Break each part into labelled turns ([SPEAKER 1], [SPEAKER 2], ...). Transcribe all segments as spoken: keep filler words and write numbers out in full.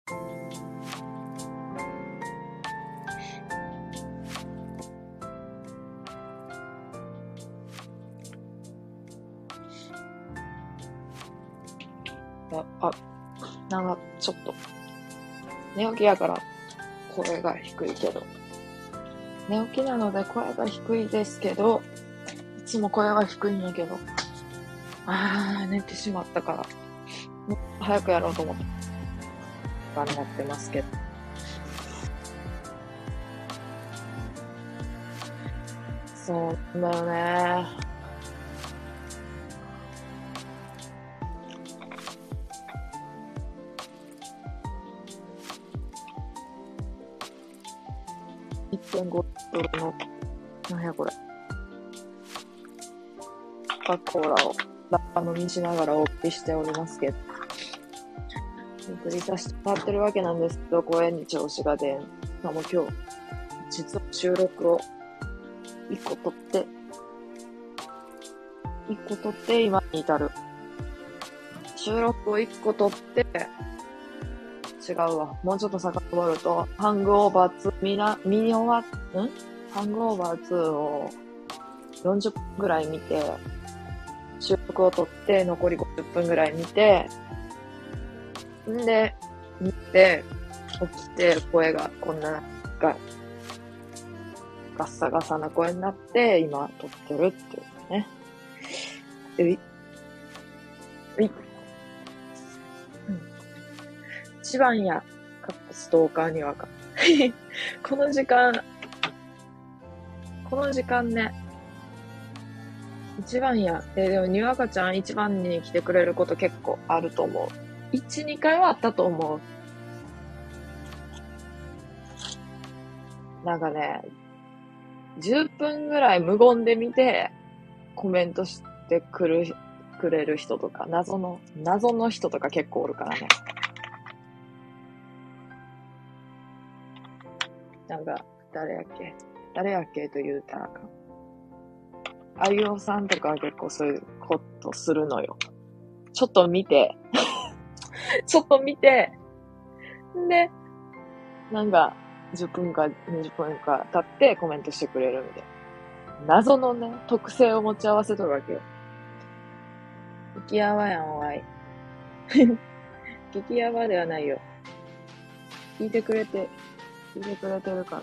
[SPEAKER 1] あ、あ、なんかちょっと寝起きやから声が低いけど、寝起きなので声が低いですけど、いつも声は低いんやけど、あー寝てしまったからもっと早くやろうと思って頑張ってますけど、そうだよね。いってんごドルの、なんやこれ。コカ・コーラをラッパ飲みしながらお送りしておりますけど。お送りさせてもらってるわけなんですけど、声に調子が出ん。しかも今日、実は収録をいっこ撮って、いっこ撮って今に至る。収録をいっこ撮って、違うわ。もうちょっと遡ると、ハングオーバーツー、みな、見終わっ、んハングオーバーツーをよんじゅっぷんぐらい見て、収録を撮って残りごじゅっぷんぐらい見て、んで、見て、起きて、声がこんなが、ガッサガサな声になって、今撮ってるっていうね。うい。うい。一番や、ストーカーにはか。この時間、この時間ね、一番や。で、でも、にわかちゃん一番に来てくれること結構あると思う。一、二回はあったと思う。なんかね、じゅっぷんぐらい無言で見て、コメントしてくる、くれる人とか、謎の、謎の人とか結構おるからね。なんか、誰やっけ誰やっけと言うたらか。あゆおさんとかは結構そういうことするのよ。ちょっと見て、ちょっと見て、んで、なんか、じゅっぷんかにじゅっぷんか経ってコメントしてくれるみたいな。謎のね、特性を持ち合わせとるわけよ。激ヤバやん、おい。激ヤバではないよ。聞いてくれて、聞いてくれてるから。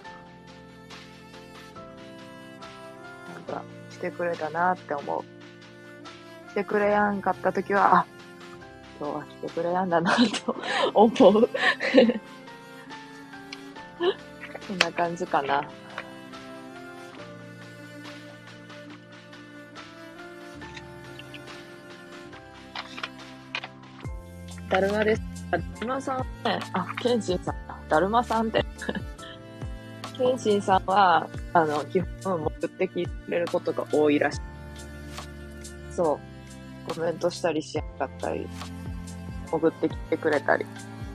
[SPEAKER 1] なんか、来てくれたなって思う。来てくれやんかったときは、あ、今日は来てくれやんだなと思う。こんな感じかな。だるまです。だるまさんね、あ、ケンシンさん、だるまさんって。ケンシンさんは、あの、基本、送ってきてくれることが多いらしい。そう。コメントしたりしなかったり、送ってきてくれたり。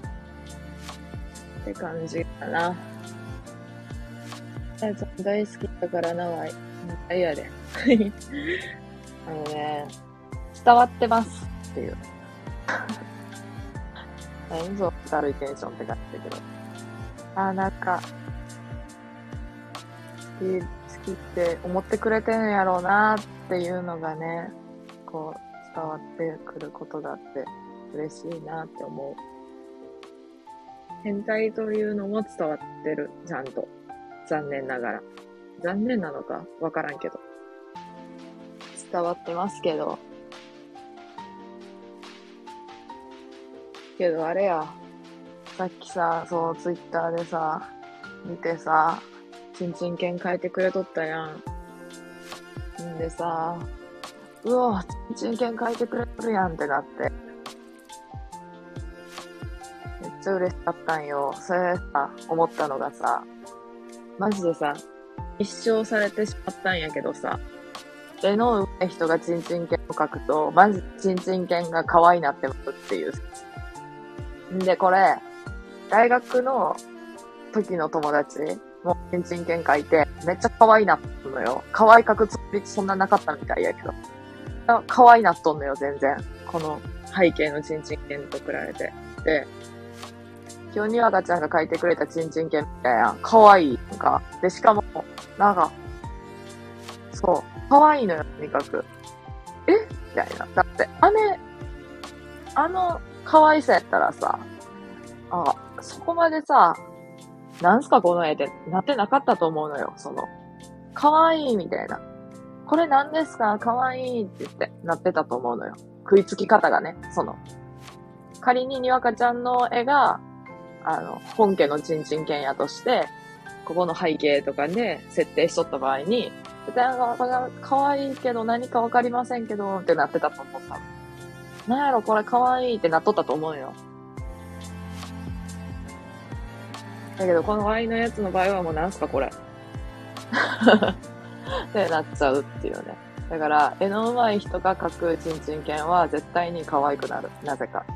[SPEAKER 1] って感じかな。あやさん大好きだからな、わい。あいやで。あのね、伝わってますっていう。何その軽いテンションって感じだけど。あ、なんか、好き、好きって思ってくれてるんやろうなっていうのがね、こう、伝わってくることがあって嬉しいなって思う。変態というのも伝わってる、ちゃんと。残念ながら。残念なのかわからんけど。伝わってますけど。けどあれや、さっきさ、そう、ツイッターでさ、見てさ、ちんちん犬変えてくれとったやん。んでさ、うわ、ちんちん犬変えてくれとるやんってなって。めっちゃ嬉しかったんよ。それさ、思ったのがさ、マジでさ、一生されてしまったんやけどさ、絵の上手い人がちんちん犬を描くと、マジちんちん犬が可愛いなって思うっていう。んで、これ、大学の時の友達もちんちん犬描いて、めっちゃ可愛いなっとんのよ。可愛描くつもりそんななかったみたいやけど。可愛いなっとんのよ、全然。この背景のちんちん犬と比べて。で、 今日にわかちゃんが書いてくれたちんちん犬みたいな。かわいい。なんか。で、しかも、なんか、そう。かわいいのよ、とにかく。えみたいな。だって、あれ、あの、可愛さやったらさ、あ、そこまでさ、なんすかこの絵ってなってなかったと思うのよ。その、かわいいみたいな。これ何ですかかわいいって言ってなってたと思うのよ。食いつき方がね。その、仮ににわかちゃんの絵が、あの、本家のちんちん犬やとして、ここの背景とかで設定しとった場合に、かわいいけど何かわかりませんけど、ってなってたと思った。なんやろこれかわいいってなっとったと思うよ。だけど、このワイのやつの場合はもうなんすかこれ。ってなっちゃうっていうね。だから、絵の上手い人が描くちんちん犬は絶対に可愛くなる。なぜか。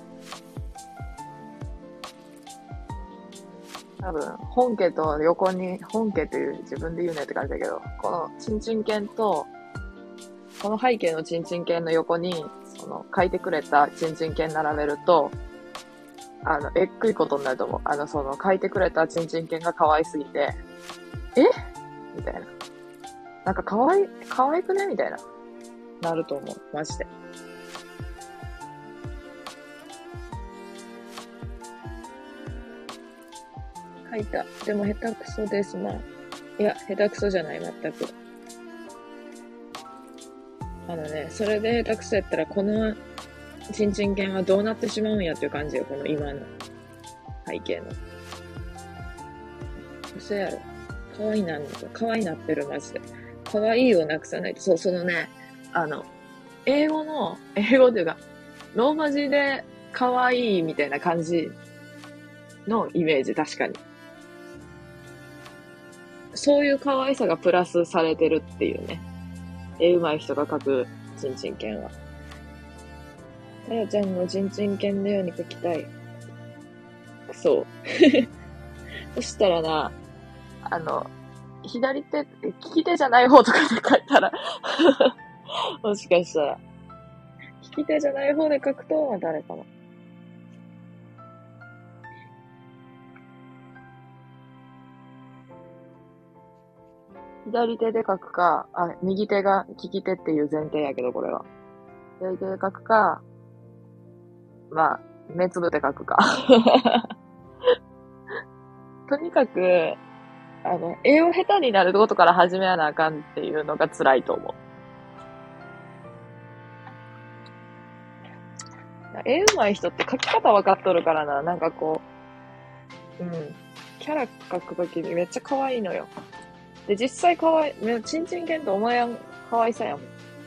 [SPEAKER 1] 多分、本家と横に、本家という自分で言うねって感じだけど、このちんちん犬と、この背景のちんちん犬の横に、その、描いてくれたちんちん犬並べると、あの、えっくいことになると思う。あの、その、描いてくれたちんちん犬が可愛すぎて、えみたいな。なんか可愛い、可愛くねみたいな。なると思う。マジで。書いた。でも下手くそですな。いや、下手くそじゃない、全く。あのね、それで下手くそやったら、この、ちんちん犬はどうなってしまうんやっていう感じよ、この今の背景の。嘘やろ。可愛いな、可愛いなってる、マジで。可愛いをなくさないと。そう、そのね、あの、英語の、英語というか、ローマ字で可愛いみたいな感じのイメージ、確かに。そういう可愛さがプラスされてるっていうね。絵上手い人が描くちんちん犬は。さやちゃんのちんちん犬のように描きたい。そう。そしたらな、あの、左手、利き手じゃない方とかで描いたら、もしかしたら、利き手じゃない方で描くと、誰かな。左手で書くか、あ、右手が利き手っていう前提やけど、これは。左手で書くか、まあ、目つぶって書くか。とにかく、あの、絵を下手になることから始めやなあかんっていうのが辛いと思う。絵上手い人って書き方分かっとるからな、なんかこう、うん。キャラ描くときにめっちゃ可愛いのよ。で、実際可愛い、ちんちん犬と思えやん可愛さやもん。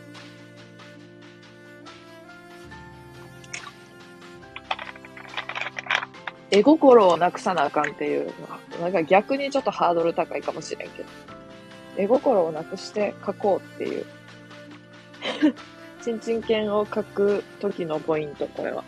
[SPEAKER 1] 絵心をなくさなあかんっていうのは、なんか逆にちょっとハードル高いかもしれんけど。絵心をなくして描こうっていう。ちんちん犬を描く時のポイント、これは。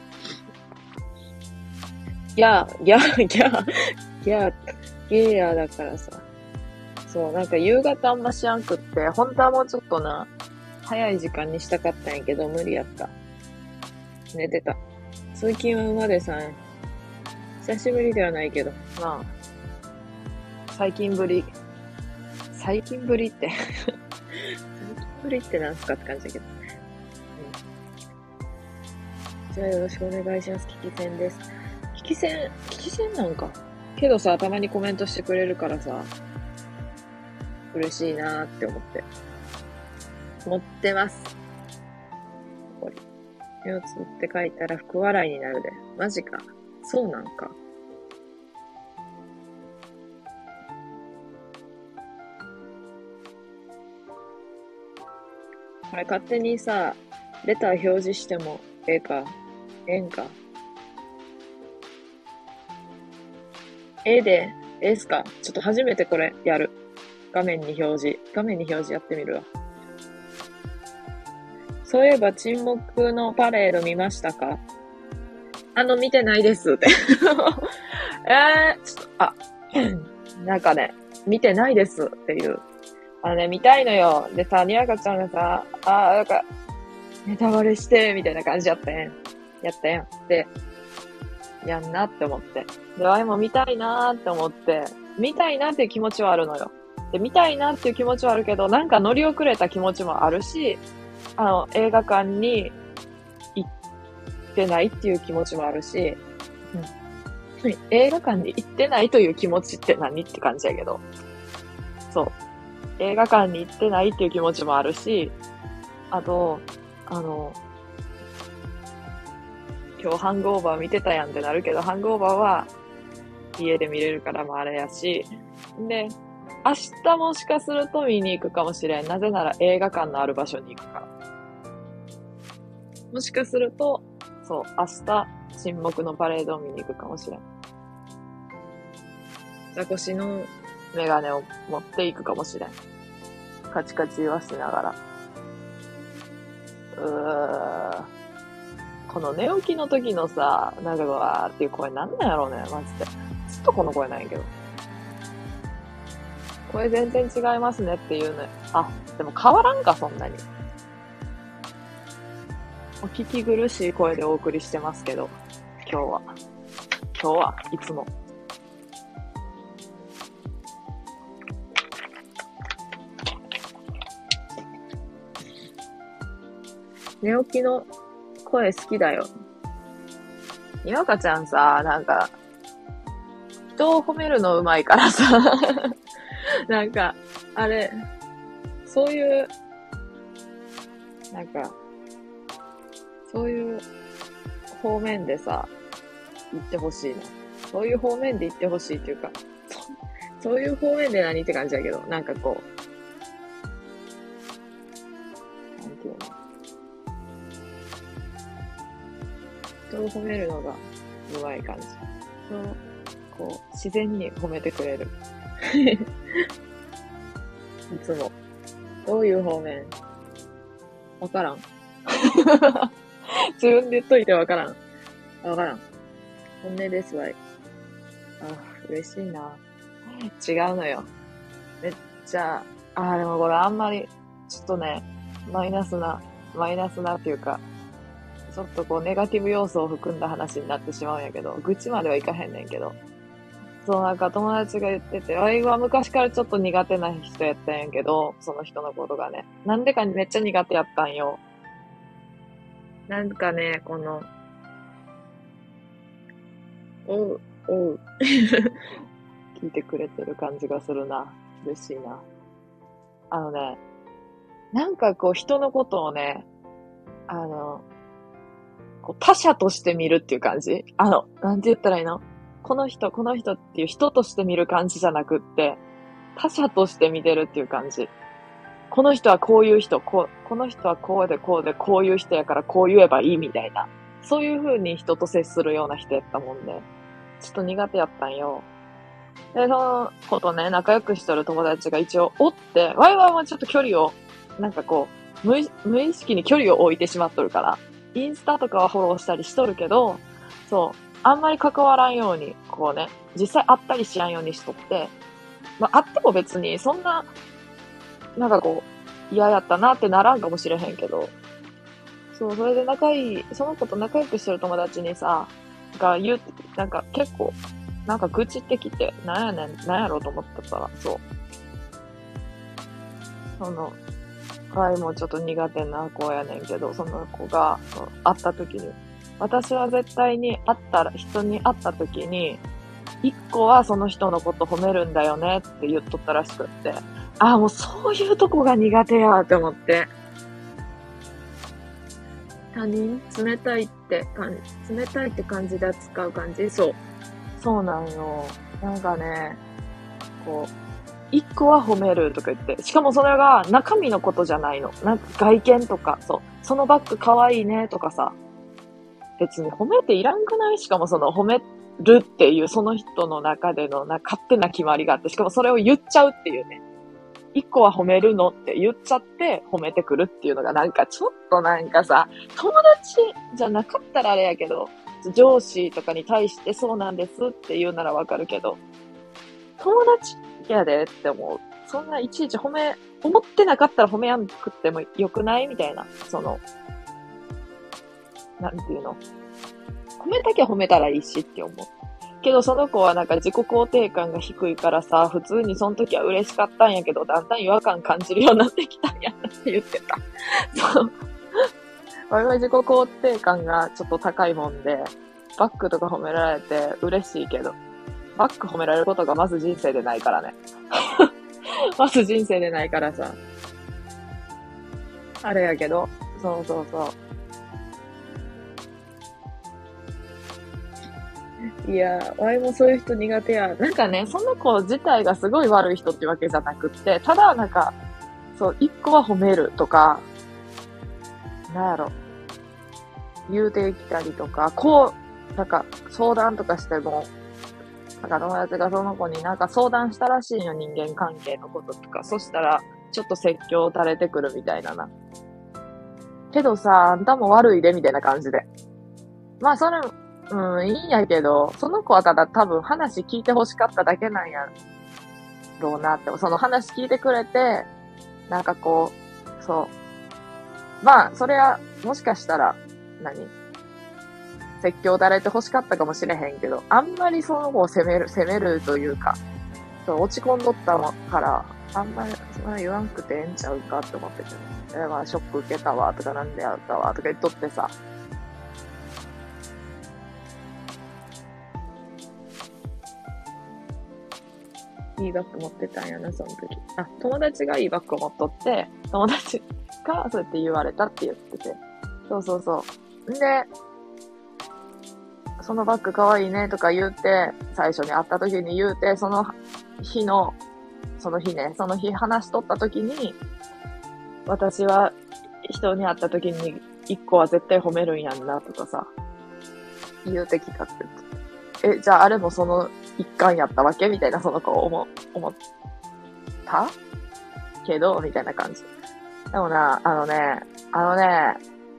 [SPEAKER 1] ギャー、ギャー、ギャー、ギャー、ゲーヤーだからさ。そう、なんか夕方あんましやんくって、本当はもうちょっとな、早い時間にしたかったんやけど、無理やった。寝てた。通勤は馬でさん、久しぶりではないけど、まあ、最近ぶり。最近ぶりって。最近ぶりってなんすかって感じだけど。うん、じゃあよろしくお願いします。聞き戦です。聞き戦、聞き戦なんか。けどさ、たまにコメントしてくれるからさ、嬉しいなーって思って。持ってます。これ。目をつぶって書いたら福笑いになるで。マジか。そうなんか。これ勝手にさ、レター表示してもええか。ええんか。ええで、ええっすか。ちょっと初めてこれやる。画面に表示。画面に表示やってみるわ。そういえば沈黙のパレード見ましたか？あの、見てないですって。えー、ちょっと、あ、なんかね、見てないですっていう。あのね、見たいのよ。でさ、にわかちゃんがさ、あー、なんか、ネタバレして、みたいな感じやったやん。やったやん。で、 やんなって思って。で、ワイも見たいなーって思って、見たいなっていう気持ちはあるのよ。で、見たいなっていう気持ちはあるけど、なんか乗り遅れた気持ちもあるし、あの、映画館に行ってないっていう気持ちもあるし、うん、映画館に行ってないという気持ちって何って感じやけど。そう。映画館に行ってないっていう気持ちもあるし、あと、あの、今日ハングオーバー見てたやんってなるけど、ハングオーバーは家で見れるからもあれやし、で、明日もしかすると見に行くかもしれん。なぜなら映画館のある場所に行くから。もしかすると、そう、明日、沈黙のパレードを見に行くかもしれん。ザコシのメガネを持っていくかもしれん。カチカチ言わしながら。うー。この寝起きの時のさ、なんかわーっていう声なんなんやろうね、マジで。ずっとこの声なんやけど。声全然違いますねっていうね。あ、でも変わらんか、そんなに。お聞き苦しい声でお送りしてますけど、今日は。今日はいつも。寝起きの声好きだよ。にわかちゃんさ、なんか、人を褒めるのうまいからさ、なんか、あれ、そういう、なんか、そういう方面でさ、言ってほしいな。そういう方面で言ってほしいっていうか、そ、そういう方面で何って感じだけど、なんかこう、なんていうの。人を褒めるのがうまい感じ。そう、こう、自然に褒めてくれる。いつも。どういう方面わからん。自分で言っといてわからん。わからん。本音ですわい。あ、嬉しいな。違うのよ。めっちゃ、あ、でもこれあんまり、ちょっとね、マイナスな、マイナスなっていうか、ちょっとこうネガティブ要素を含んだ話になってしまうんやけど、愚痴まではいかへんねんけど。そう、なんか友達が言ってて、あれは昔からちょっと苦手な人やったんやけど、その人のことがね。なんでかめっちゃ苦手やったんよ。なんかね、この、おう、おう。聞いてくれてる感じがするな。嬉しいな。あのね、なんかこう人のことをね、あの、こう他者として見るっていう感じ。あの、なんて言ったらいいの？この人、この人っていう人として見る感じじゃなくって、他者として見てるっていう感じ。この人はこういう人、こう、この人はこうでこうでこういう人やからこう言えばいいみたいな。そういう風に人と接するような人やったもんで、ちょっと苦手やったんよ。で、そのことね、仲良くしとる友達が一応おって、ワイワイはちょっと距離を、なんかこう、無意無意識に距離を置いてしまっとるから、インスタとかはフォローしたりしとるけど、そう、あんまり関わらんように、こうね、実際会ったりしやんようにしとって、まあ、会っても別にそんな、なんかこう、嫌やったなってならんかもしれへんけど、そう、それで仲いい、その子と仲良くしてる友達にさ、が言う、なんか結構、なんか愚痴ってきて、なんやねん、なんやろうと思ってたら、そう。その、ワイもちょっと苦手な子やねんけど、その子が、そう会った時に、私は絶対に会ったら、人に会った時に、一個はその人のこと褒めるんだよねって言っとったらしくって、ああ、もうそういうとこが苦手やって思って。他人冷たいって感じ、冷たいって感じで扱う感じそう。そうなんよ。なんかね、こう、一個は褒めるとか言って、しかもそれが中身のことじゃないの。なんか外見とか、そう。そのバッグ可愛いねとかさ、別に褒めていらんくない？しかもその褒めるっていうその人の中でのな勝手な決まりがあって、しかもそれを言っちゃうっていうね。一個は褒めるのって言っちゃって褒めてくるっていうのがなんかちょっとなんかさ、友達じゃなかったらあれやけど、上司とかに対してそうなんですって言うならわかるけど、友達やでって思う。そんないちいち褒め、思ってなかったら褒めやんくってもよくないみたいな。その、なんていうの？ 褒めたきゃ褒めたらいいしって思う。けどその子はなんか自己肯定感が低いからさ、普通にその時は嬉しかったんやけど、だんだん違和感感じるようになってきたんやなって言ってた。そう。我々自己肯定感がちょっと高いもんで、バックとか褒められて嬉しいけど、バック褒められることがまず人生でないからね。まず人生でないからさ。あれやけど、そうそうそう。いやー、ワイもそういう人苦手や。なんかね、その子自体がすごい悪い人ってわけじゃなくって、ただなんか、そう、一個は褒めるとか、なんやろ、言うてきたりとか、こう、なんか相談とかしても、なんか友達がその子になんか相談したらしいよ、人間関係のこととか。そしたら、ちょっと説教垂れてくるみたいなな。けどさ、あんたも悪いで、みたいな感じで。まあ、それ、うん、いいんやけど、その子はただ多分話聞いて欲しかっただけなんやろうなって。その話聞いてくれて、なんかこう、そう。まあ、それは、もしかしたら、何説教垂れて欲しかったかもしれへんけど、あんまりその子を責める、責めるというか、そう落ち込んどったから、あんまりそんな言わんくてええんちゃうかって思ってて、え、まあショック受けたわ、とかなんでやったわ、とか言っとってさ、いいバッグ持ってたんやな、その時。あ、友達がいいバッグを持っとって、友達がそうやって言われたって言ってて。そうそうそう。んで、そのバッグ可愛いねとか言うて、最初に会った時に言うて、その日の、その日ね、その日話しとった時に、私は人に会った時に一個は絶対褒めるんやんなとかさ、言うてきたって言って。え、じゃああれもその一環やったわけみたいな、その子思、思ったけど、みたいな感じ。でもな、あのね、あのね、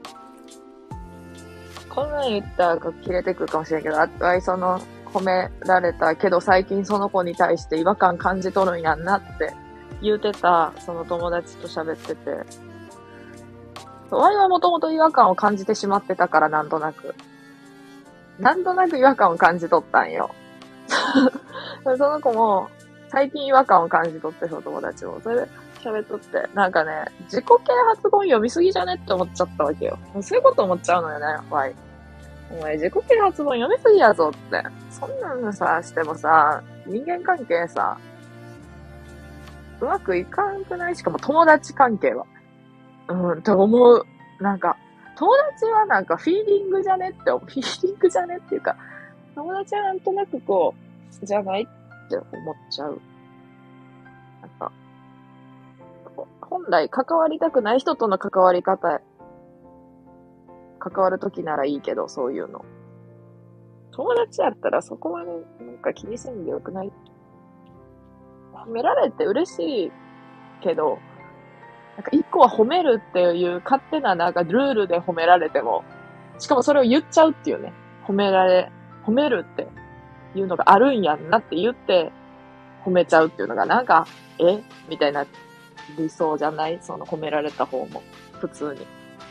[SPEAKER 1] こんなん言ったら切れてくるかもしれんけど、あとはその、褒められたけど最近その子に対して違和感感じとるんやんなって言うてた、その友達と喋ってて、ワイはもともと違和感を感じてしまってたからなんとなく。なんとなく違和感を感じとったんよ。その子も最近違和感を感じとって、その友達も。それで喋っとって、なんかね、自己啓発本読みすぎじゃねって思っちゃったわけよ。そういうこと思っちゃうのよね、ワイ。お前自己啓発本読みすぎやぞって。そんなのさ、してもさ、人間関係さ、うまくいかんくない？しかも友達関係は。うん、と思う。なんか、友達はなんかフィーリングじゃねって思う、フィーリングじゃねっていうか、友達はなんとなくこう、じゃないって思っちゃう。なんか、本来関わりたくない人との関わり方、関わるときならいいけど、そういうの。友達やったらそこまでなんか気にせんでよくない？褒められて嬉しいけど、なんか一個は褒めるっていう勝手ななんかルールで褒められても、しかもそれを言っちゃうっていうね。褒められ、褒めるっていうのがあるんやんなって言って褒めちゃうっていうのがなんか、えみたいな理想じゃない？その褒められた方も、普通に。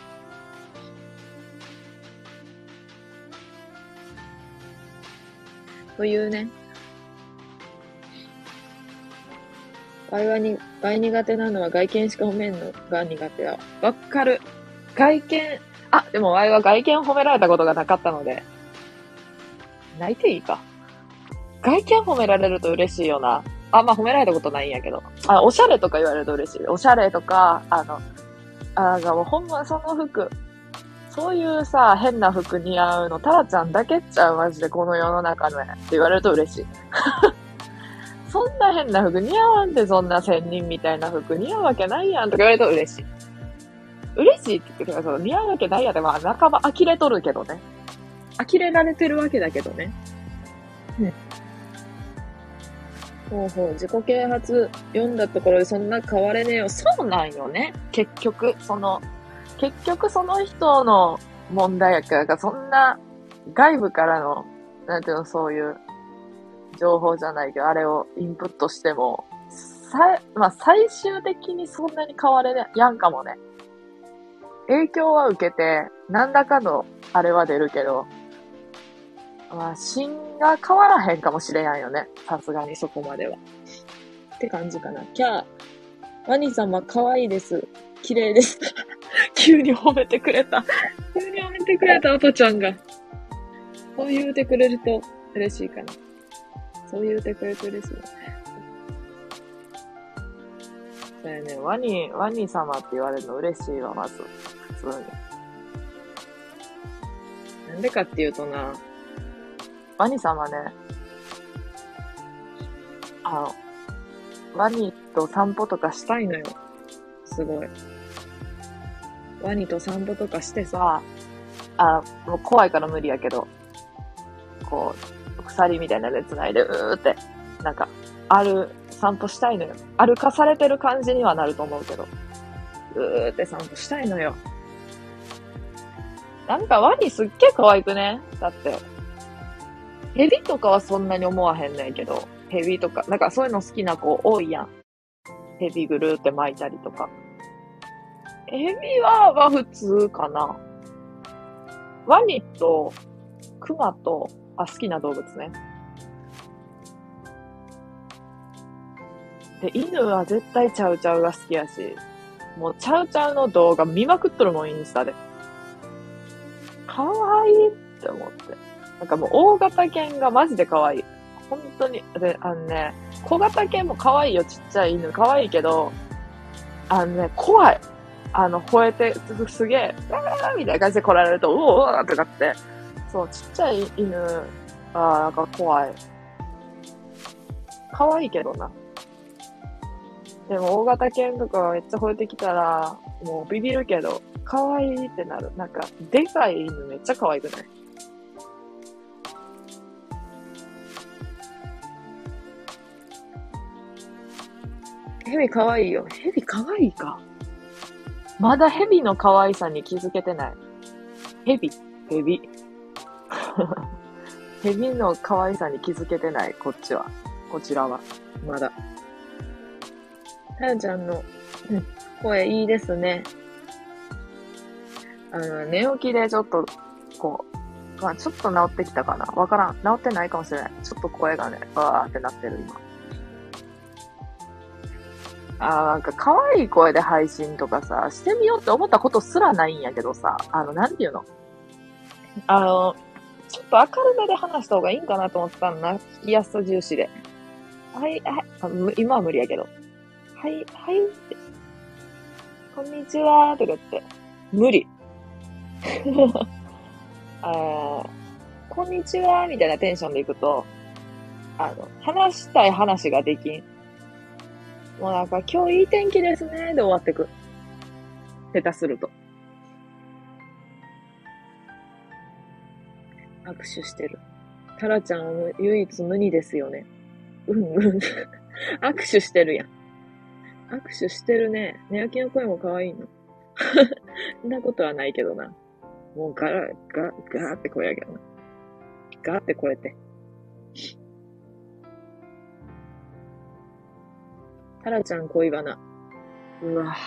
[SPEAKER 1] というね。会話に、外苦手なのは外見しか褒めんのが苦手だ。わかる。外見、あ、でもワイは外見を褒められたことがなかったので、泣いていいか。外見褒められると嬉しいよな。あ、まあ褒められたことないんやけど。あ、おしゃれとか言われると嬉しい。おしゃれとか、あの、あがもうほんまその服、そういうさ、変な服似合うの、タラちゃんだけっちゃう、マジでこの世の中のやって言われると嬉しい。そんな変な服似合わんで、そんな仙人みたいな服似合うわけないやんとか言われると嬉しい。嬉しいって言ってください。似合うわけないやで、まあ仲間呆れとるけどね。呆れられてるわけだけどね。うん。ほうほう、自己啓発読んだところでそんな変われねえよ。そうなんよね。結局、その、結局その人の問題やから、そんな外部からの、なんていうの、そういう情報じゃないけど、あれをインプットしても、さ、まあ最終的にそんなに変われね、やんかもね。影響は受けて、何らかのあれは出るけど、 まあ、芯が変わらへんかもしれやんよね。さすがにそこまでは。って感じかな。キャー。ワニ様可愛いです。綺麗です。急に褒めてくれた。急に褒めてくれた、おとちゃんが。そう言うてくれると嬉しいかな。そう言うてくれると嬉しい。そうやね。ワニ、ワニ様って言われるの嬉しいわ、まず。普通に。なんでかっていうとな、ワニ様ね、あの、ワニと散歩とかしたいのよ。すごい。ワニと散歩とかしてさ、あ、もう怖いから無理やけど、こう、鎖みたいなので繋いで、うーって、なんか、歩、散歩したいのよ。歩かされてる感じにはなると思うけど、うーって散歩したいのよ。なんかワニすっげー可愛くね？だって、ヘビとかはそんなに思わへんねんけど、ヘビとか、なんかそういうの好きな子多いやん。ヘビぐるーって巻いたりとか。ヘビは、まあ普通かな。ワニと、クマと、あ、好きな動物ね。で、犬は絶対チャウチャウが好きやし、もうチャウチャウの動画見まくっとるもん、インスタで。かわいいって思って。なんかもう大型犬がマジでかわいい。本当に。で、あのね、小型犬もかわいいよ、ちっちゃい犬。かわいいけど、あのね、怖い。あの、吠えて、すすげえ、ガーみたいな感じで来られると、うおうおーってなって、そう、ちっちゃい犬、あーなんか怖い。可愛いけどな。でも大型犬とかめっちゃ吠えてきたら、もうビビるけど、可愛いってなる。なんか、でかい犬めっちゃ可愛くない？ヘビ可愛いよ。ヘビ可愛いか。まだヘビの可愛さに気づけてない。ヘビ、ヘビ。ヘビの可愛さに気づけてない、こっちは。こちらは。まだ。タラちゃんの、うん、声いいですね。あの、寝起きでちょっと、こう、まあ、ちょっと治ってきたかな。わからん。治ってないかもしれない。ちょっと声がね、わーってなってる、今。あーなんか可愛い声で配信とかさ、してみようって思ったことすらないんやけどさ、あの、なんていうのあの、ちょっと明るめで話した方がいいんかなと思ったんだ。聞きやすさ重視で。はい、はい、あむ今は無理やけど。はい、はいって、こんにちはとか言って。無理。あーこんにちはみたいなテンションでいくと、あの、話したい話ができん。もうなんか、今日いい天気ですねで終わってく。下手すると。握手してる。タラちゃんは唯一無二ですよね。うんうん。握手してるやん。握手してるね。寝起きの声も可愛いの。そんなことはないけどな。もうガラ、ガ、ガーって声やけどな。ガーって声って。タラちゃん恋バナ。うわ。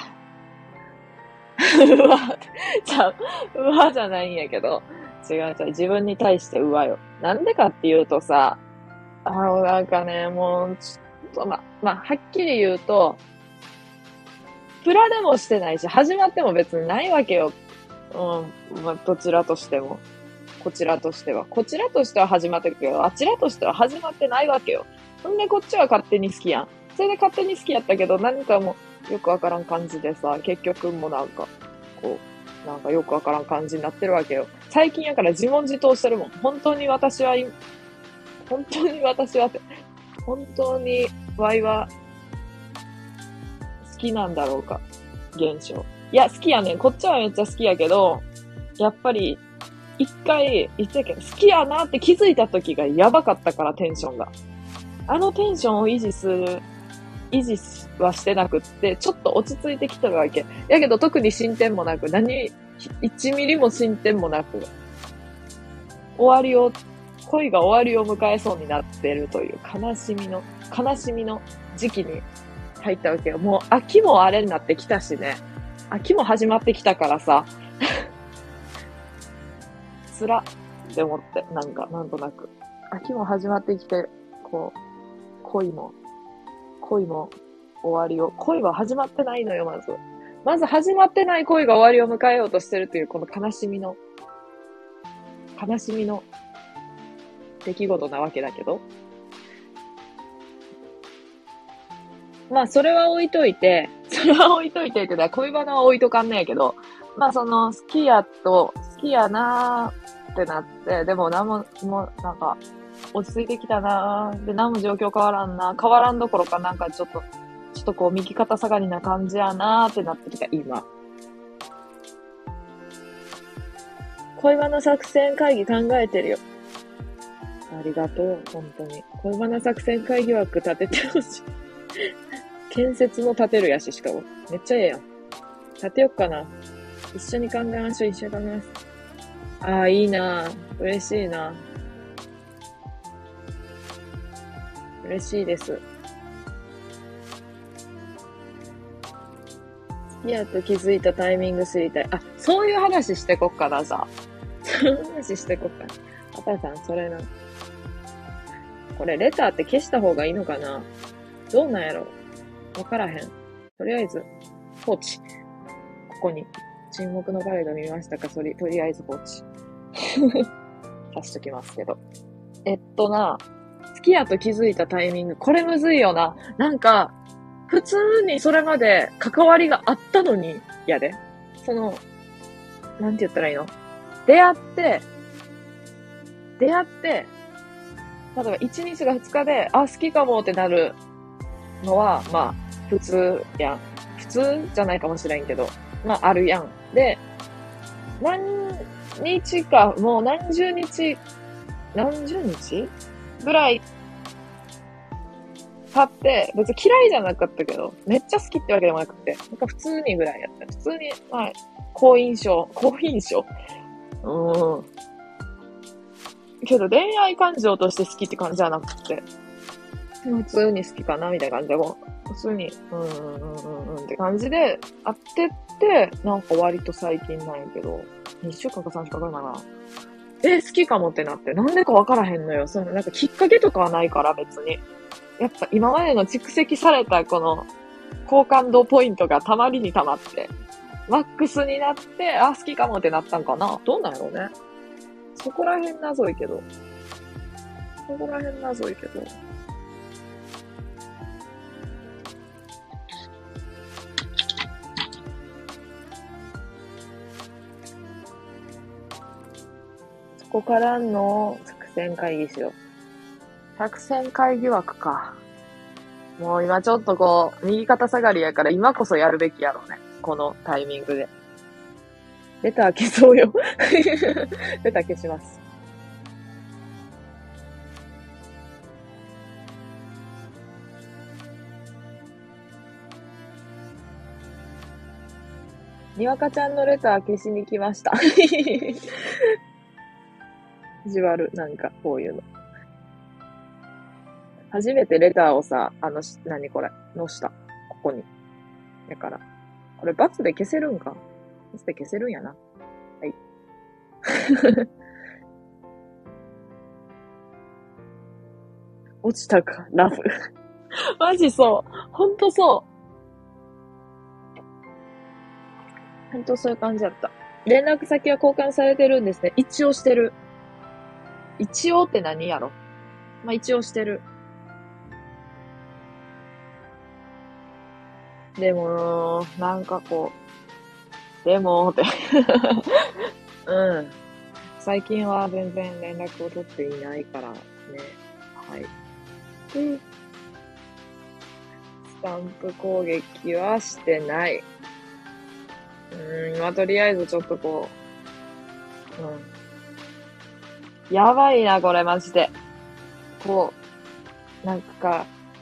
[SPEAKER 1] うわ。じゃあ、うわじゃないんやけど。違う違う。自分に対してうわよ。なんでかっていうとさ、あの、なんかね、もう、ちょっと、ま、まあ、はっきり言うと、プラでもしてないし、始まっても別にないわけよ。うん。まあ、どちらとしても。こちらとしては。こちらとしては始まってるけど、あちらとしては始まってないわけよ。ほんで、こっちは勝手に好きやん。それで勝手に好きやったけど、何かもう、よくわからん感じでさ、結局もなんか、こう、なんかよくわからん感じになってるわけよ。最近やから自問自答してるもん。本当に私は、本当に私はって、本当に、ワイは、好きなんだろうか。現象。いや、好きやねん。こっちはめっちゃ好きやけど、やっぱり、一回、言ってたけど、好きやなって気づいた時がやばかったから、テンションが。あのテンションを維持する、維持はしてなくって、ちょっと落ち着いてきたわけ。やけど特に進展もなく、何、いちミリも進展もなく、終わりを、恋が終わりを迎えそうになってるという悲しみの、悲しみの時期に入ったわけよ。もう秋もあれになってきたしね。秋も始まってきたからさ、つら。 って思って、なんか、なんとなく。秋も始まってきて、こう、恋も、恋も終わりを、恋は始まってないのよ、まず。まず始まってない恋が終わりを迎えようとしてるという、この悲しみの、悲しみの出来事なわけだけど。まあ、それは置いといて、それは置いといてってのは恋バナは置いとかんねやけど、まあ、その、好きやと、好きやなーってなって、でも、なんも、もう、なんか、落ち着いてきたなーで、なんも状況変わらんな、変わらんどころか、なんかちょっと、ちょっとこう、右肩下がりな感じやなーってなってきた、今。恋バナ作戦会議考えてるよ。ありがとう、本当に。恋バナ作戦会議枠立ててほしい。建設の立てるやし、しかも。めっちゃええやん。立てよっかな。一緒に考えましょう、一緒に考えます。ああ、いいなぁ。嬉しいな。嬉しいです。好きやと気づいたタイミング知りたい。あ、そういう話してこっかな、じゃあ。そういう話してこっかな。あたさん、それな。これ、レターって消した方がいいのかな？どうなんやろ？わからへん。とりあえず、放置。ここに。沈黙のパレード見ましたか？そり、とりあえず放置。足しときますけど。えっとな、好きやと気づいたタイミング。これむずいよな。なんか、普通にそれまで関わりがあったのに、やで。その、なんて言ったらいいの？出会って、出会って、例えばいちにちがふつかで、あ、好きかもってなるのは、まあ、普通やん。普通じゃないかもしれんけど、まあ、あるやん。で、何日か、もう何十日、何十日ぐらい経って、別に嫌いじゃなかったけど、めっちゃ好きってわけでもなくて、なんか普通にぐらいやった。普通に、まあ、好印象、好印象。うーん。けど恋愛感情として好きって感じじゃなくて、普通に好きかなみたいな感じで、もう普通に、うんうんうんうんうんって感じで、会ってって、なんか割と最近なんやけど、にしゅうかんかさんしゅうかんかかるかな。え、好きかもってなって、なんでかわからへんのよ。その、なんかきっかけとかはないから別に。やっぱ今までの蓄積されたこの好感度ポイントがたまりにたまって、マックスになって、あ、好きかもってなったんかな。どうなんやろうね。そこらへん謎いけど。そこらへん謎いけど。そこからの作戦会議しよう。作戦会議枠か。もう今ちょっとこう、右肩下がりやから今こそやるべきやろうね。このタイミングで。レター消そうよ。レター消します。にわかちゃんのレター消しに来ました。意地悪、なんか、こういうの。初めてレターをさ、あの、何これ、載した。ここに。だから。これ、×で消せるんか？×で消せるんやな。はい。落ちたか、ラブ。マジそう。ほんとそう。ほんとそういう感じだった。連絡先は交換されてるんですね。一応してる。一応って何やろ？まあ、一応してる。でも、なんかこう、でもって。うん。最近は全然連絡を取っていないからね。はい。で、スタンプ攻撃はしてない。うーん、まあ、とりあえずちょっとこう、うん。やばいな、これマジで。こう、なんか、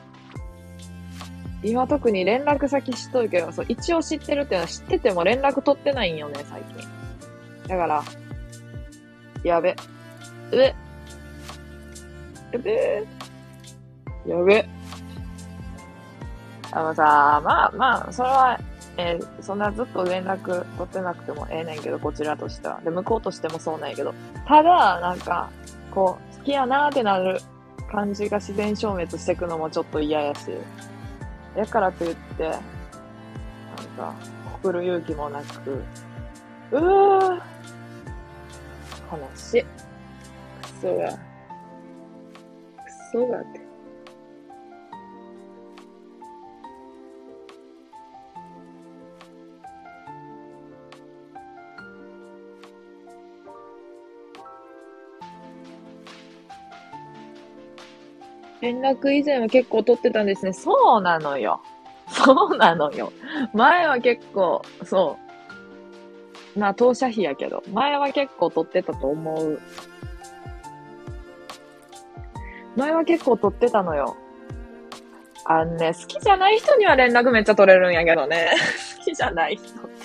[SPEAKER 1] 今特に連絡先知っとるけど、そう、一応知ってるっていうのは知ってても連絡取ってないんよね、最近。だから、やべ。うえ。やべ。やべ。あのさ、まあまあ、それはえーそんなずっと連絡取ってなくてもええねんけど、こちらとしては。で、向こうとしてもそうなんやけど。ただ、なんか、こう、好きやなーってなる感じが自然消滅していくのもちょっと嫌やし。やからといって、なんか、送る勇気もなく、うー、悲しい。くそが、くそがって。連絡以前は結構取ってたんですね。そうなのよ。そうなのよ。前は結構、そう。まあ、当社費やけど、前は結構取ってたと思う。前は結構取ってたのよ。あのね、好きじゃない人には連絡めっちゃ取れるんやけどね。好きじゃない人って。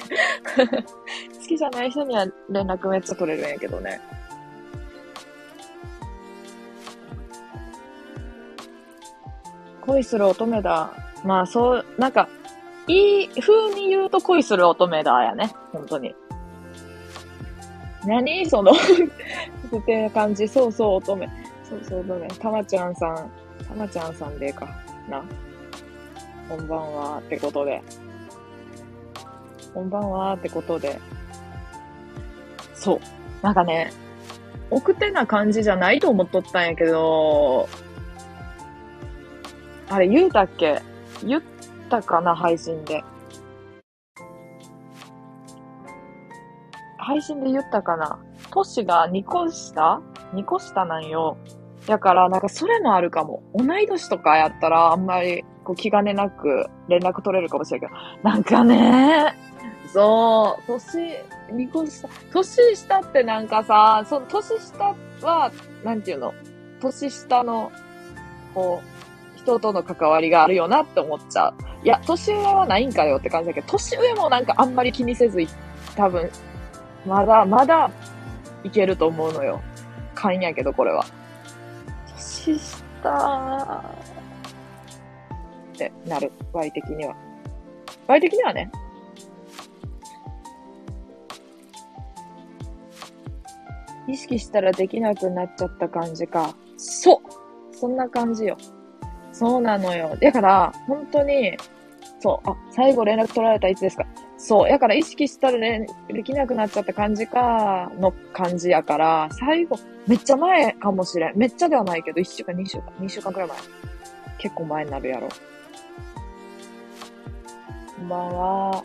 [SPEAKER 1] 好きじゃない人には連絡めっちゃ取れるんやけどね。恋する乙女だ。まあ、そう、なんか、いい風に言うと恋する乙女だやね。本当に。何そのって感じ。そうそう、乙女。そうそう、乙女。たまちゃんさん、たまちゃんさんでかな。こんばんはってことで。こんばんはってことで。そう。なんかね、奥手な感じじゃないと思っとったんやけど、あれ言うたっけ？言ったかな、配信で。配信で言ったかな。トシがにこ下？ に 個下なんよ。だから、なんかそれもあるかも。同い年とかやったら、あんまりこう気兼ねなく連絡取れるかもしれんけど。なんかね、そう、年、にこ下、年下ってなんかさ、その年下は、なんていうの、年下の、こう、人との関わりがあるよなって思っちゃう。いや、年上はないんかよって感じだけど、年上もなんかあんまり気にせず、多分、まだ、まだ、いけると思うのよ。勘やけど、これは。年下ってなる。Y 的には。Y 的にはね。意識したらできなくなっちゃった感じか。そう、そんな感じよ。そうなのよ。だから、本当に、そう、あ、最後連絡取られたいつですか？そう、だから意識したらね、できなくなっちゃった感じか、の感じやから、最後、めっちゃ前かもしれん。めっちゃではないけど、いっしゅうかん、にしゅうかん、にしゅうかんくらい前。結構前になるやろ。こんばんは。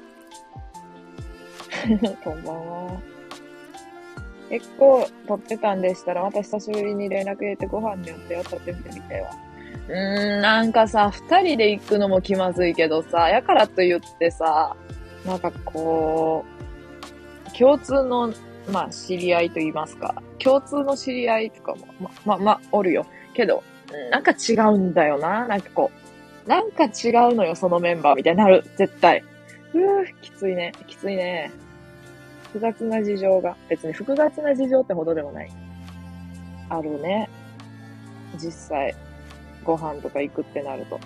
[SPEAKER 1] こんばんは。結構撮ってたんでしたら、また久しぶりに連絡入れてご飯によってよ、撮ってみてみては。うーん、なんかさ、二人で行くのも気まずいけどさ、やからと言ってさ、なんかこう、共通の、まあ、知り合いと言いますか、共通の知り合いとかも、ま、ま、ま、おるよ。けど、なんか違うんだよな。なんかこう、なんか違うのよ、そのメンバーみたいになる。絶対。うー、きついね。きついね。複雑な事情が。別に複雑な事情ってほどでもない。あるね。実際、ご飯とか行くってなると。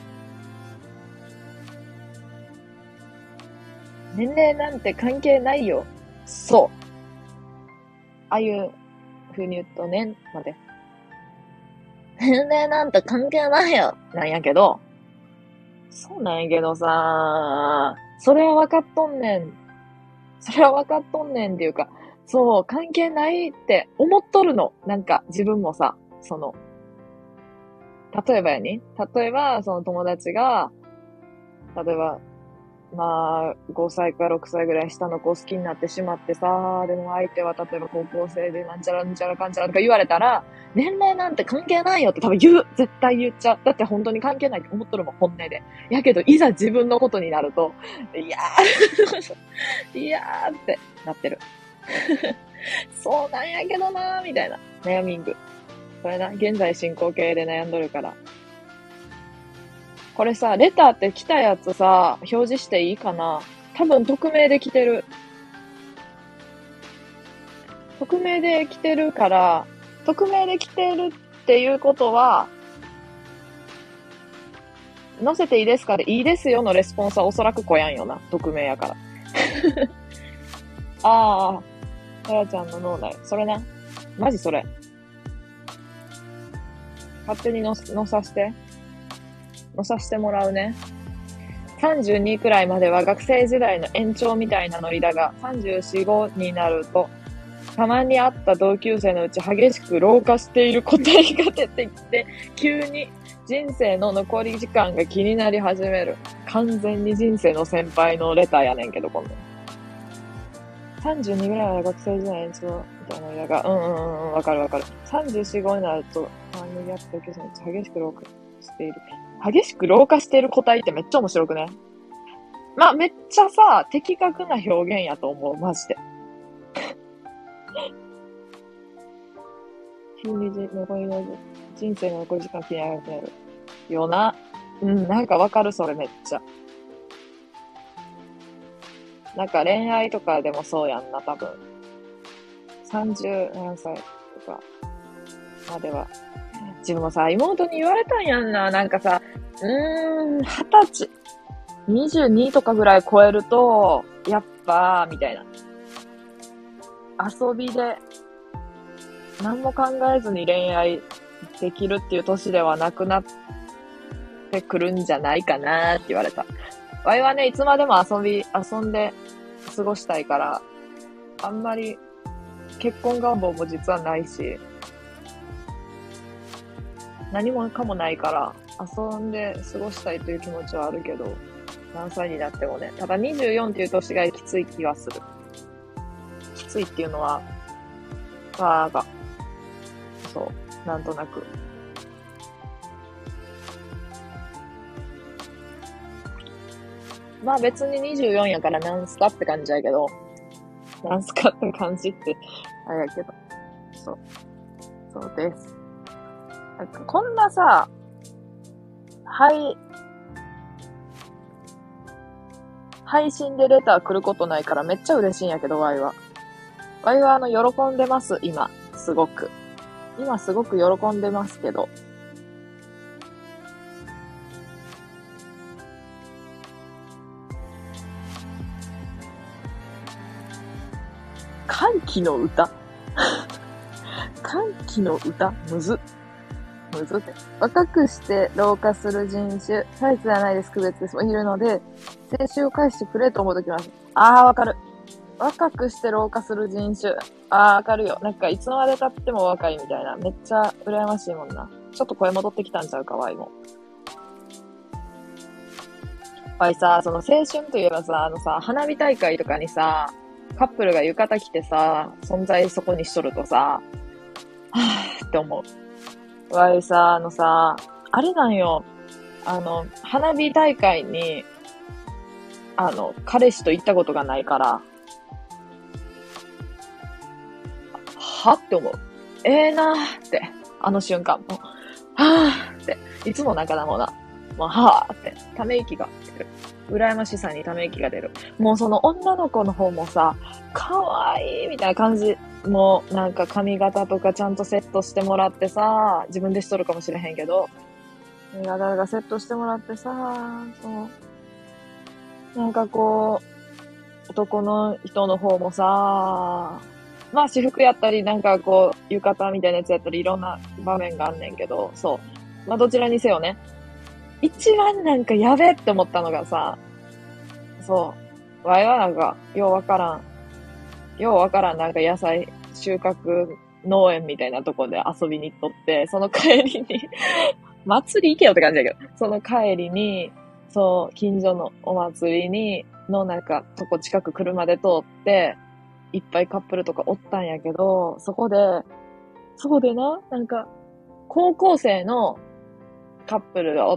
[SPEAKER 1] 年齢なんて関係ないよ。そう。ああいう風に言うとね、まで。年齢なんて関係ないよ。なんやけど、そうなんやけどさ、それは分かっとんねん。それは分かっとんねんっていうか、そう、関係ないって思っとるの。なんか自分もさ、その、例えばやに、例えばその友達が、例えばまあ、ごさいかろくさいぐらい下の子を好きになってしまってさ、でも相手は例えば高校生でなんちゃらなんちゃらかんちゃらとか言われたら、年齢なんて関係ないよって多分言う。絶対言っちゃう。だって本当に関係ないって思っとるもん、本音で。やけど、いざ自分のことになると、いやー、いやーってなってる。そうなんやけどなー、みたいな。悩みんぐ。これな、現在進行形で悩んどるから。これさ、レターって来たやつさ、表示していいかな？多分匿名で来てる。匿名で来てるから、匿名で来てるっていうことは、 載せていいですかで、いいですよのレスポンスはおそらくこやんよな。匿名やから。ああ、さやちゃんの脳内。それな。マジそれ。勝手にの載さして。載さしてもらうね。さんじゅうにくらいまでは学生時代の延長みたいなノリだが、さんじゅうよん、ごになると、たまに会った同級生のうち激しく老化している答えが出てきて、急に人生の残り時間が気になり始める。完全に人生の先輩のレターやねんけど、今度。さんじゅうにぐらいは学生時代延長みたいなノリだが、うんうんうん、わかるわかる。さんじゅうよん、ごになると、たまに会った同級生のうち激しく老化している。激しく老化している個体ってめっちゃ面白くね。まあ、めっちゃさ、的確な表現やと思う、マジで。急に残りの人生の残り時間気になるよな。うん、なんかわかる、それめっちゃ。なんか恋愛とかでもそうやんな、多分。さんじゅうななさいとかまでは。自分もさ、妹に言われたんやんな。なんかさ、うーん、はたち、にじゅうにとかぐらい超えると、やっぱ、みたいな。遊びで、何も考えずに恋愛できるっていう年ではなくなってくるんじゃないかなって言われた。わいはね、いつまでも遊び、遊んで過ごしたいから、あんまり結婚願望も実はないし、何もかもないから、遊んで過ごしたいという気持ちはあるけど、何歳になってもね。ただにじゅうよんっていう年がきつい気がする。きついっていうのは、まあ、なんか、そう、なんとなく。まあ別ににじゅうよんやからなんすかって感じやけど、なんすかって感じって、あれやけど。そう。そうです。なんかこんなさ、はい、配信でレター来ることないからめっちゃ嬉しいんやけど、ワイは。ワイはあの、喜んでます、今。すごく。今すごく喜んでますけど。歓喜の歌歓喜の歌むず。むずって。若くして老化する人種、サイズじゃないです、区別です。いるので、青春を返してくれと思うときます。あー、わかる。若くして老化する人種。あー、わかるよ。なんか、いつまで経っても若いみたいな。めっちゃ羨ましいもんな。ちょっと声戻ってきたんちゃうか、ワイも。ワイさ、その青春といえばさ、あのさ、花火大会とかにさ、カップルが浴衣着てさ、存在そこにしとるとさ、はぁーって思う。わいさ、あのさ、あれなんよ。あの、花火大会に、あの、彼氏と行ったことがないから、はって思う。ええー、なーって、あの瞬間。もうはぁーって、いつも仲だもんな。もうはぁーって、ため息が出る。羨ましさにため息が出る。もうその女の子の方もさ、かわいいみたいな感じ。もうなんか髪型とかちゃんとセットしてもらってさ、自分でしとるかもしれへんけど、髪型がセットしてもらってさ、そう。なんかこう、男の人の方もさ、まあ私服やったり、なんかこう、浴衣みたいなやつやったり、いろんな場面があんねんけど、そう。まあどちらにせよね。一番なんかやべえって思ったのがさ、そう。わいはなんか、ようわからん。ようわからんなんか野菜収穫農園みたいなとこで遊びに行っとって、その帰りに祭り行けよって感じだけど、その帰りに、そう、近所のお祭りに、のなんか、とこ近く車で通って、いっぱいカップルとかおったんやけど、そこで、そこでな、なんか、高校生のカップルがおって、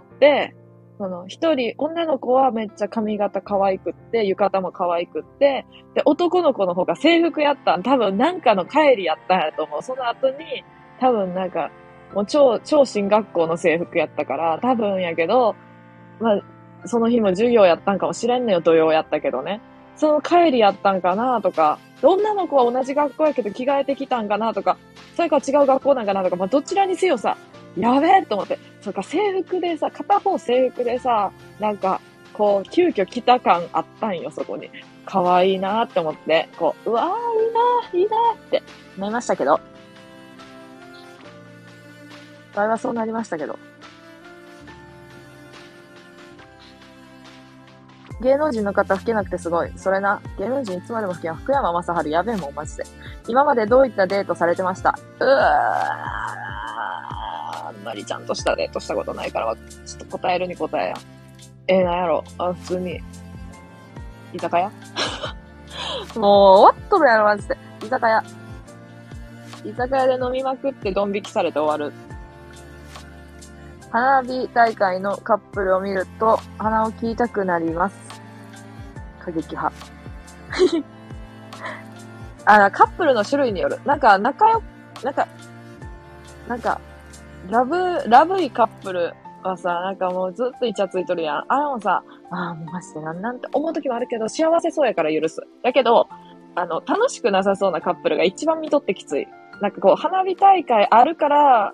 [SPEAKER 1] その、一人、女の子はめっちゃ髪型可愛くって、浴衣も可愛くって、で、男の子の方が制服やったん、多分なんかの帰りやったんやと思う。その後に、多分なんか、もう超、超進学校の制服やったから、多分やけど、まあ、その日も授業やったんかもしれんのよ、土曜やったけどね。その帰りやったんかなとか、女の子は同じ学校やけど着替えてきたんかなとか、それから違う学校なんかなとか、まあどちらにせよさ、 やべえと思って。そっか、制服でさ、片方制服でさ、なんか、こう、急遽来た感あったんよ、そこに。可愛いなーって思って、こう、うわー、いいなー、いいなーって思いましたけど。場合はそうなりましたけど。芸能人の方吹けなくてすごい。それな。芸能人いつまでも吹けん。福山雅治やべえもん、マジで。今までどういったデートされてました？うーあんまりちゃんとしたデートしたことないから、ちょっと答えるに答えや。えー、なんやろ。あ、普通に。居酒屋もう、終わっとるやろ、マジで。居酒屋。居酒屋で飲みまくってドン引きされて終わる。花火大会のカップルを見ると鼻を切りたくなります。過激派。あ、カップルの種類による。なんか仲良、なんか、なんか、ラブ、ラブいカップルはさ、なんかもうずっとイチャついとるやん。あれもさ、ああ、もうマジでなんなんて思う時もあるけど、幸せそうやから許す。だけど、あの、楽しくなさそうなカップルが一番見とってきつい。なんかこう、花火大会あるから、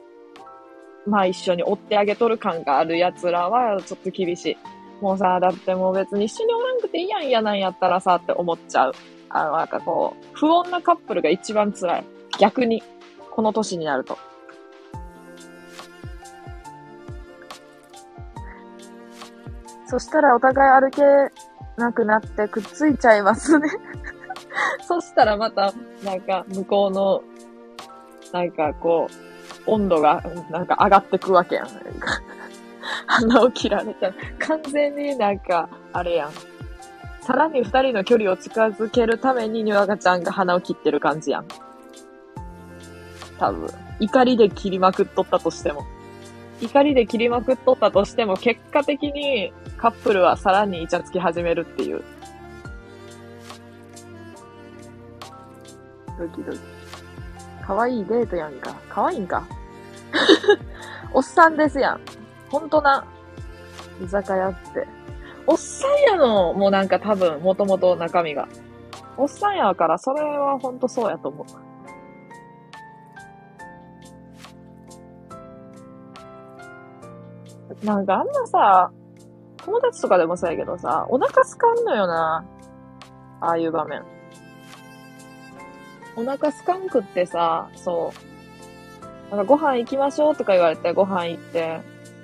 [SPEAKER 1] まあ一緒に追ってあげとる感がある奴らはちょっと厳しい。もうさ、だってもう別に一緒におらんくていいやんやなんやったらさって思っちゃう。あの、なんかこう、不穏なカップルが一番辛い。逆に、この年になると。そしたらお互い歩けなくなってくっついちゃいますね。そしたらまた、なんか向こうの、なんかこう、温度がなんか上がってくわけやん。鼻を切られたら、完全になんか、あれやん。さらに二人の距離を近づけるために、ニワガちゃんが鼻を切ってる感じやん。多分。怒りで切りまくっとったとしても。怒りで切りまくっとったとしても、結果的にカップルはさらにイチャつき始めるっていう。ドキドキ。かわいいデートやんか。かわいいんか。おっさんですやん。ほんとな。居酒屋って。おっさんやの、もうなんか多分、もともと中身が。おっさんやから、それはほんとそうやと思う。なんかあんなさ、友達とかでもそうやけどさ、お腹すかんのよな。ああいう場面。お腹すかんくってさ、そう。なんかご飯行きましょうとか言われてご飯行って、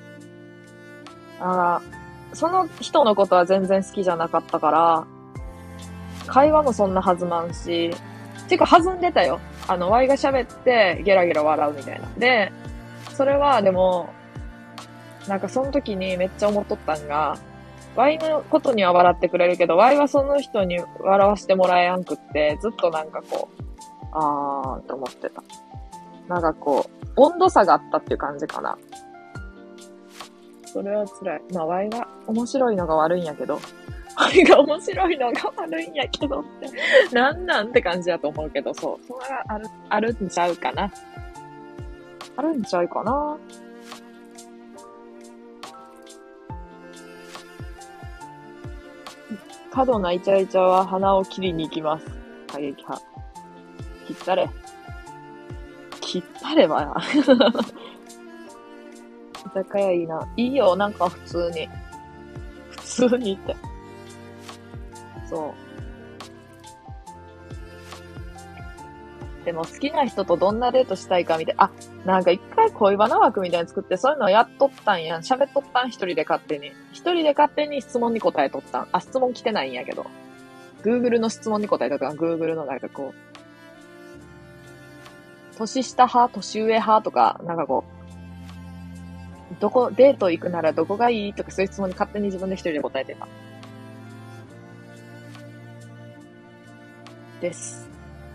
[SPEAKER 1] ああ、その人のことは全然好きじゃなかったから、会話もそんな弾まんし、てか弾んでたよ。あの、ワイが喋ってゲラゲラ笑うみたいな。で、それはでも、なんかその時にめっちゃ思っとったんが、ワイのことには笑ってくれるけど、ワイはその人に笑わせてもらえやんくって、ずっとなんかこう、あーって思ってた。なんかこう、温度差があったっていう感じかな。それは辛い。まあ、ワイが面白いのが悪いんやけど、ワイが面白いのが悪いんやけどって、なんなんって感じだと思うけど、そう。それはある、あるんちゃうかな。あるんちゃうかな。過度なイチャイチャは鼻を切りに行きます。過激派。切ったれ。切ったればや。居酒屋いいな。いいよ、なんか普通に。普通にって。そう。でも好きな人とどんなデートしたいかみたいな。あ、なんか一回恋バナ枠みたいなの作ってそういうのやっとったんやん。喋っとったん一人で勝手に。一人で勝手に質問に答えとったん。あ、質問来てないんやけど。Google の質問に答えとった Google のなんかこう、年下派、年上派とか、なんかこう、どこ、デート行くならどこがいいとかそういう質問に勝手に自分で一人で答えてた。です。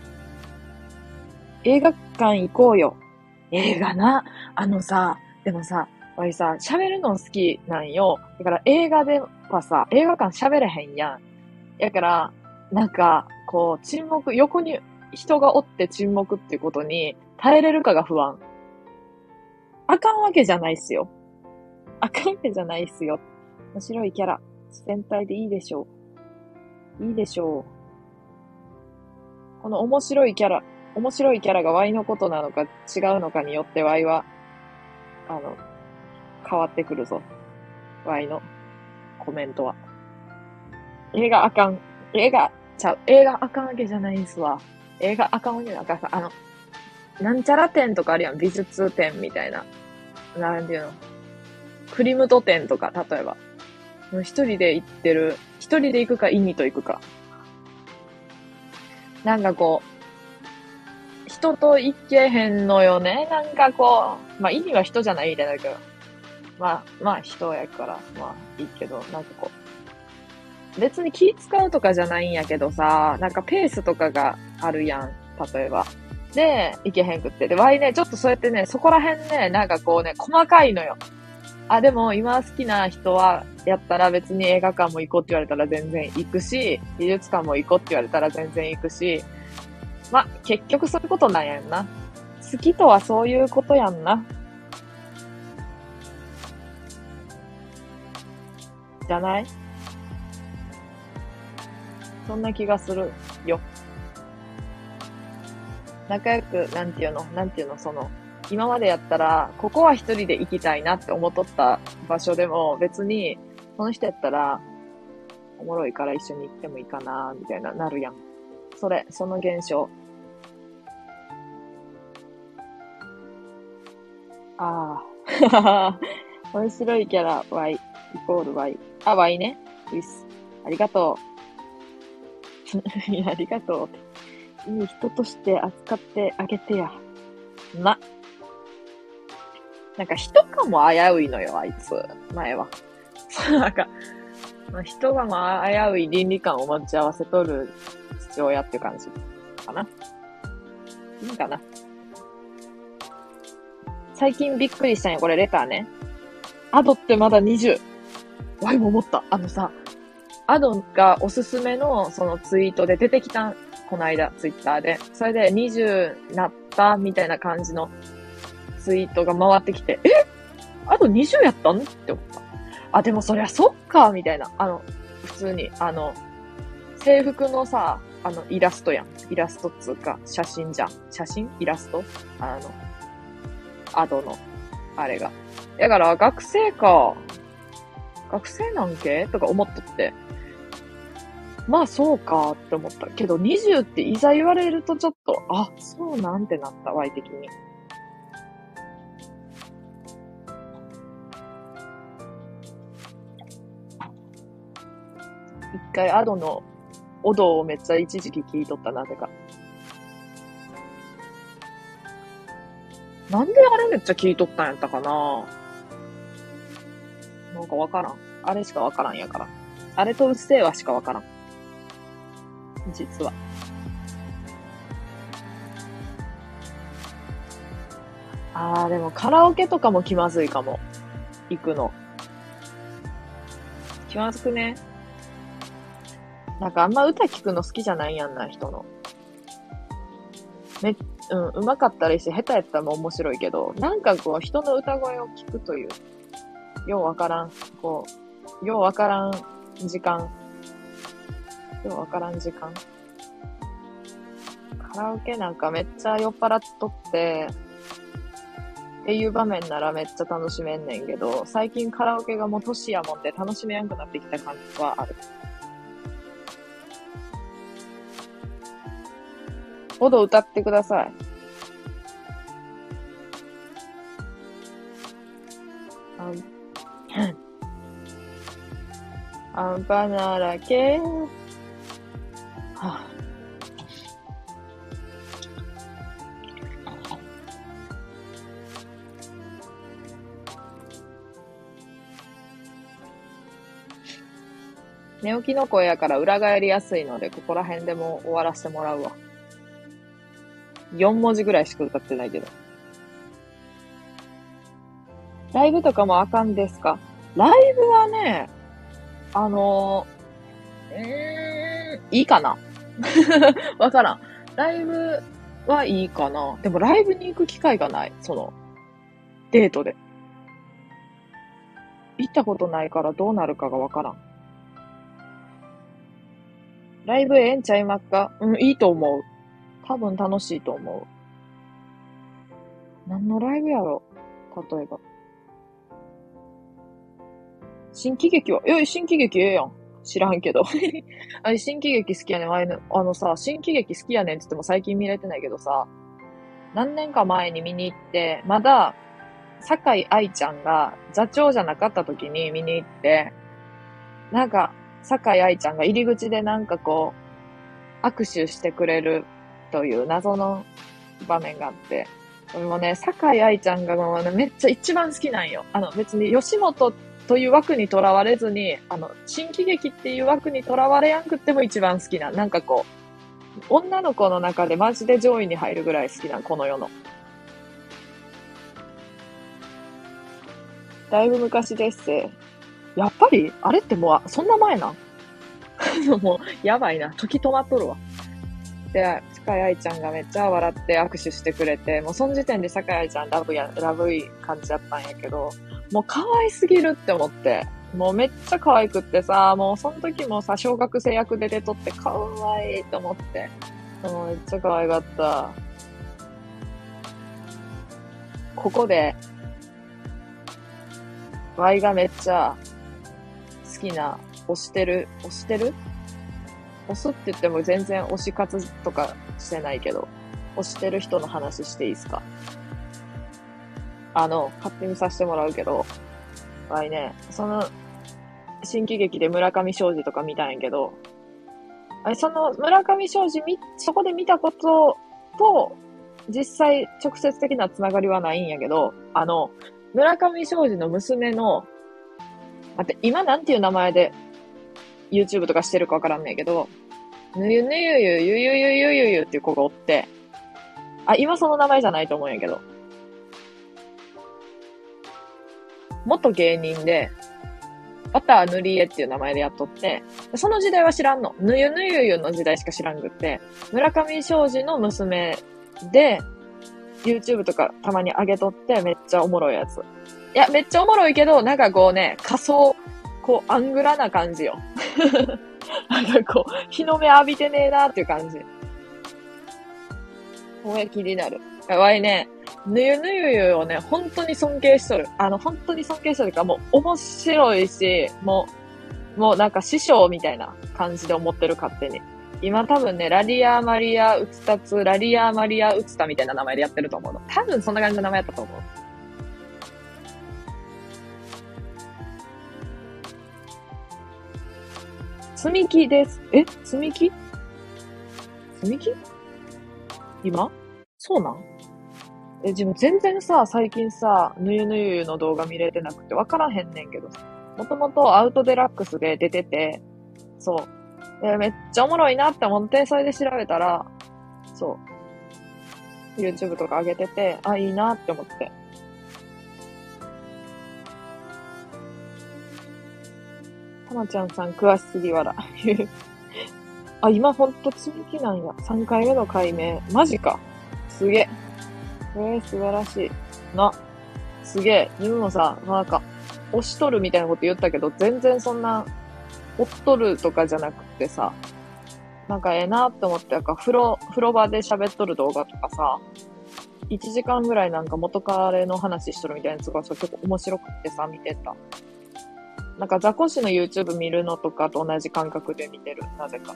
[SPEAKER 1] 映画館行こうよ。映画な。あのさ、でもさ、わいさ、喋るの好きなんよ。だから映画ではさ、映画館喋れへんやん。やから、なんか、こう、沈黙、横に人がおって沈黙っていうことに耐えれるかが不安。あかんわけじゃないっすよ。あかんわけじゃないっすよ。面白いキャラ。自然体でいいでしょう。いいでしょう。この面白いキャラ、面白いキャラが Y のことなのか違うのかによって Y はあの、変わってくるぞ。ワイのコメントは。映画あかん。映画、ちゃう。映画あかんわけじゃないんすわ。映画あかんわけじゃなかった。あの、なんちゃら展とかあるやん。美術展みたいな。なんていうの。クリムト展とか、例えば。一人で行ってる。一人で行くか、意味と行くか。なんかこう、人と行けへんのよね。なんかこう、まあ意味は人じゃないみたいだけど。まあ、まあ人やから、まあいいけど、なんかこう、別に気使うとかじゃないんやけどさ、なんかペースとかがあるやん。例えば。で、行けへんくって。で、わいね、ちょっとそうやってね、そこら辺ね、なんかこうね、細かいのよ。あ、でも今好きな人は、やったら別に映画館も行こうって言われたら全然行くし、美術館も行こうって言われたら全然行くし、ま、結局そういうことなんやんな。好きとはそういうことやんな。じゃないそんな気がするよ。仲良く、なんていうのなんていうのその、今までやったら、ここは一人で行きたいなって思っとった場所でも、別に、その人やったら、おもろいから一緒に行ってもいいかな、みたいな、なるやん。それ、その現象。ああ。面白いキャラ、Y、イコール Y。あ、Y ね。ウィス。ありがとう。いや、ありがとうって。いい人として扱ってあげてや。な。なんか人かも危ういのよ、あいつ。前は。なんか、まあ、人がまあ危うい倫理観を持ち合わせとる父親っていう感じかな。いいかな。最近びっくりしたんよ、これレターね。アドってまだにじゅう。わいも思った。あのさ、アドがおすすめのそのツイートで出てきた、この間、ツイッターで。それでにじゅうなったみたいな感じのツイートが回ってきて、えあとにじゅうやったんって思った。あ、でもそりゃそっかみたいな。あの、普通に、あの、制服のさ、あの、イラストやん。イラストっつうか、写真じゃん。写真イラストあの、アドの、あれが。だから、学生か。学生なんけとか思っとって。まあ、そうかって思った。けど、にじゅうっていざ言われるとちょっと、あ、そうなんてなった、ワイ的に。一回、アドの、オドをめっちゃ一時期聞いとった、なぜか。なんであれめっちゃ聞いとったんやったかななんかわからん。あれしかわからんやから。あれとうっせぇわしかわからん。実は。あー、でもカラオケとかも気まずいかも。行くの。気まずくね。なんかあんま歌聞くの好きじゃないやんな、人の。め、うん、上手かったりし、下手やったらも面白いけど、なんかこう、人の歌声を聞くという、ようわからん、こう、ようわからん時間、ようわからん時間。カラオケなんかめっちゃ酔っ払っとって、っていう場面ならめっちゃ楽しめんねんけど、最近カラオケがもう年やもんで楽しめやんくなってきた感じはある。ほど歌ってください。あんぱならけ。はあ、寝起きの声やから裏返りやすいので、ここら辺でもう終わらせてもらうわ。よん文字ぐらいしか歌ってないけど。ライブとかもあかんですか？ライブはね、あのー、うーん、いいかなわからん。ライブはいいかな。でもライブに行く機会がない。その、デートで。行ったことないからどうなるかがわからん。ライブええんちゃいますか？うん、いいと思う。多分楽しいと思う。何のライブやろ例えば。 新喜劇は、え、新喜劇ええやん。知らんけど。あれ、新喜劇好きやねん。あのあのさ、新喜劇好きやねんって言っても最近見れてないけどさ、何年か前に見に行って、まだ、酒井愛ちゃんが座長じゃなかった時に見に行って、なんか、酒井愛ちゃんが入り口でなんかこう、握手してくれるという謎の場面があって、もうね、酒井愛ちゃんがもうね、めっちゃ一番好きなんよ。あの、別に吉本という枠にとらわれずに、あの、新喜劇っていう枠にとらわれやんくっても一番好きな。なんかこう、女の子の中でマジで上位に入るぐらい好きな、この世の。だいぶ昔ですせ。やっぱりあれってもう、そんな前なんもう、やばいな。時止まっとるわ。で、坂井愛ちゃんがめっちゃ笑って握手してくれて、もうその時点で坂井愛ちゃんラブや、ラブい感じだったんやけど、もう可愛すぎるって思って、もうめっちゃ可愛くってさ、もうその時もさ、小学生役で出とって可愛いと思って、もうめっちゃ可愛かった。ここで、ワイがめっちゃ好きな、推してる、推してる推すって言っても全然推し活とかしてないけど、推してる人の話していいですか？あの、勝手にさせてもらうけど、ワイね、その、新喜劇で村上昌司とか見たんやけど、あれその村上昌司み、そこで見たことと、実際直接的なつながりはないんやけど、あの、村上昌司の娘の、待って、今なんていう名前で YouTube とかしてるかわからんねんけど、ぬゆぬゆゆゆゆゆゆゆゆっていう子がおって、あ、今その名前じゃないと思うんやけど、元芸人で、バター塗り絵っていう名前でやっとって、その時代は知らんの。ぬゆぬゆゆの時代しか知らんくって、村上昌司の娘で、YouTube とかたまに上げとってめっちゃおもろいやつ。いや、めっちゃおもろいけど、なんかこうね、仮想、こう、アングラな感じよ。なんかこう、日の目浴びてねえなっていう感じ。これ気になる。わいね、ぬゆぬゆゆをね、本当に尊敬しとる。あの、本当に尊敬しとるから、もう面白いし、もう、もうなんか師匠みたいな感じで思ってる、勝手に。今多分ね、ラリア・マリア・ウツタツ、ラリア・マリア・ウツタみたいな名前でやってると思うの。多分そんな感じの名前やったと思う。積み木です。え積み木積み木今そうなんえ、自分全然さ、最近さ、ぬゆぬゆゆの動画見れてなくてわからへんねんけど、もともとアウトデラックスで出てて、そう。でめっちゃおもろいなって思って、それで調べたら、そう。YouTube とか上げてて、あ、いいなって思って。たまちゃんさん詳しすぎわら。あ、今ほんと積み木なんや。さんかいめの解明。マジか。すげえ。えー、素晴らしい。な。すげえ。自分もさ、なんか、押しとるみたいなこと言ったけど、全然そんな、追っとるとかじゃなくてさ、なんかええなって思って、なんか風呂、風呂場で喋っとる動画とかさ、いちじかんぐらいなんか元彼の話しとるみたいなやつがさ、結構面白くってさ、見てた。なんかザコシの YouTube 見るのとかと同じ感覚で見てる。なぜか。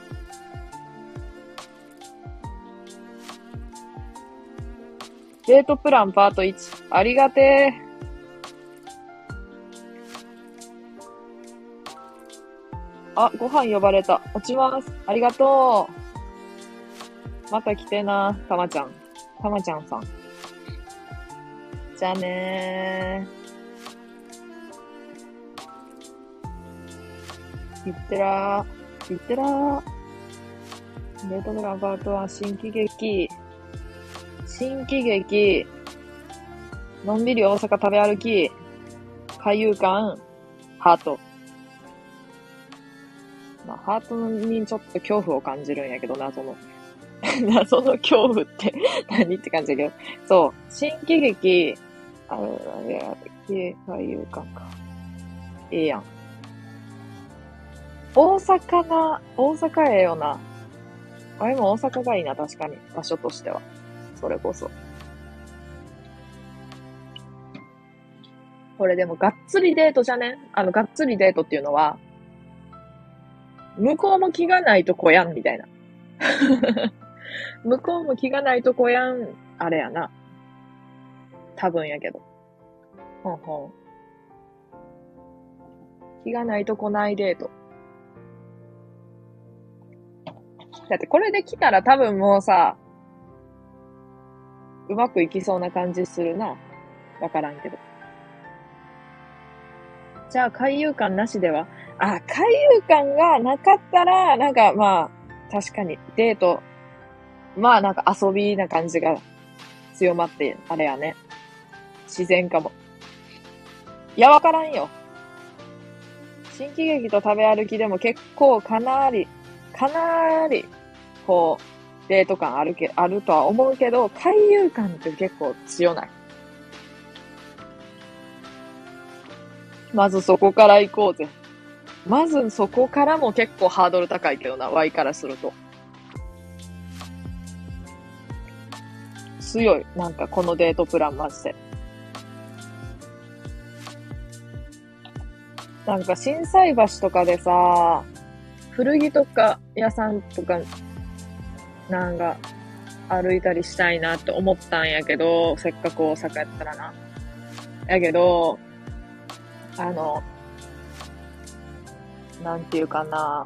[SPEAKER 1] デートプランパートいち。ありがてー。あ、ご飯呼ばれた。落ちます。ありがとう。また来てな、たまちゃん。たまちゃんさん。じゃあねー。いってらー。いってらー。デートプランパートは新喜劇。新喜劇。のんびり大阪食べ歩き。海遊館。ハート。まあ、ハートにちょっと恐怖を感じるんやけど、謎の。謎の恐怖って何って感じだけど。そう。新喜劇、あれ、あれ、あれ、海遊館か。ええやん。大阪な、大阪ええよな。あれも大阪がいいな、確かに。場所としては。それこそ。 これでもがっつりデートじゃね？あの、がっつりデートっていうのは、向こうも気がないとこやん、みたいな。向こうも気がないとこやん、あれやな。多分やけど。ほんほん。気がないとこないデート。だってこれで来たら多分もうさ、うまくいきそうな感じするな。わからんけど。じゃあ、海遊館なしでは。あ、海遊館がなかったら、なんかまあ、確かにデート、まあなんか遊びな感じが強まって、あれやね。自然かも。いや、わからんよ。新喜劇と食べ歩きでも結構かなり、かなり、こう、デート感あるけ、あるとは思うけど、海遊館って結構強ない。まずそこから行こうぜ。まずそこからも結構ハードル高いけどな、Y からすると。強い。なんかこのデートプランマジで。なんか心斎橋とかでさ、古着とか屋さんとか、なんか歩いたりしたいなって思ったんやけど、せっかく大阪やったらな。やけど、あの、なんていうかな。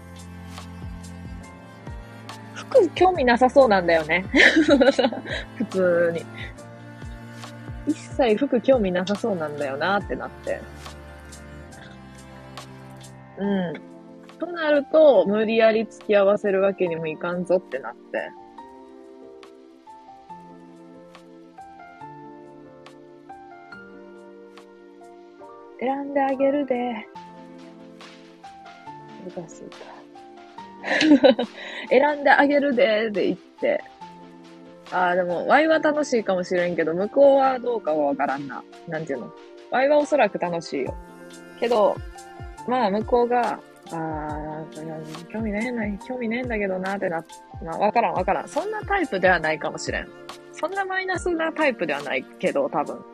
[SPEAKER 1] 服興味なさそうなんだよね。普通に。一切服興味なさそうなんだよなってなって。うん。となると、無理やり付き合わせるわけにもいかんぞってなって。選んであげるで。難しいか。選んであげるで、で言って。ああ、でも、ワイは楽しいかもしれんけど、向こうはどうかはわからんな。なんていうの。ワイはおそらく楽しいよ。けど、まあ、向こうが、ああ、なんか、興味ねえな、興味ねえんだけどな、ってな、まあ、わからんわからん。そんなタイプではないかもしれん。そんなマイナスなタイプではないけど、多分。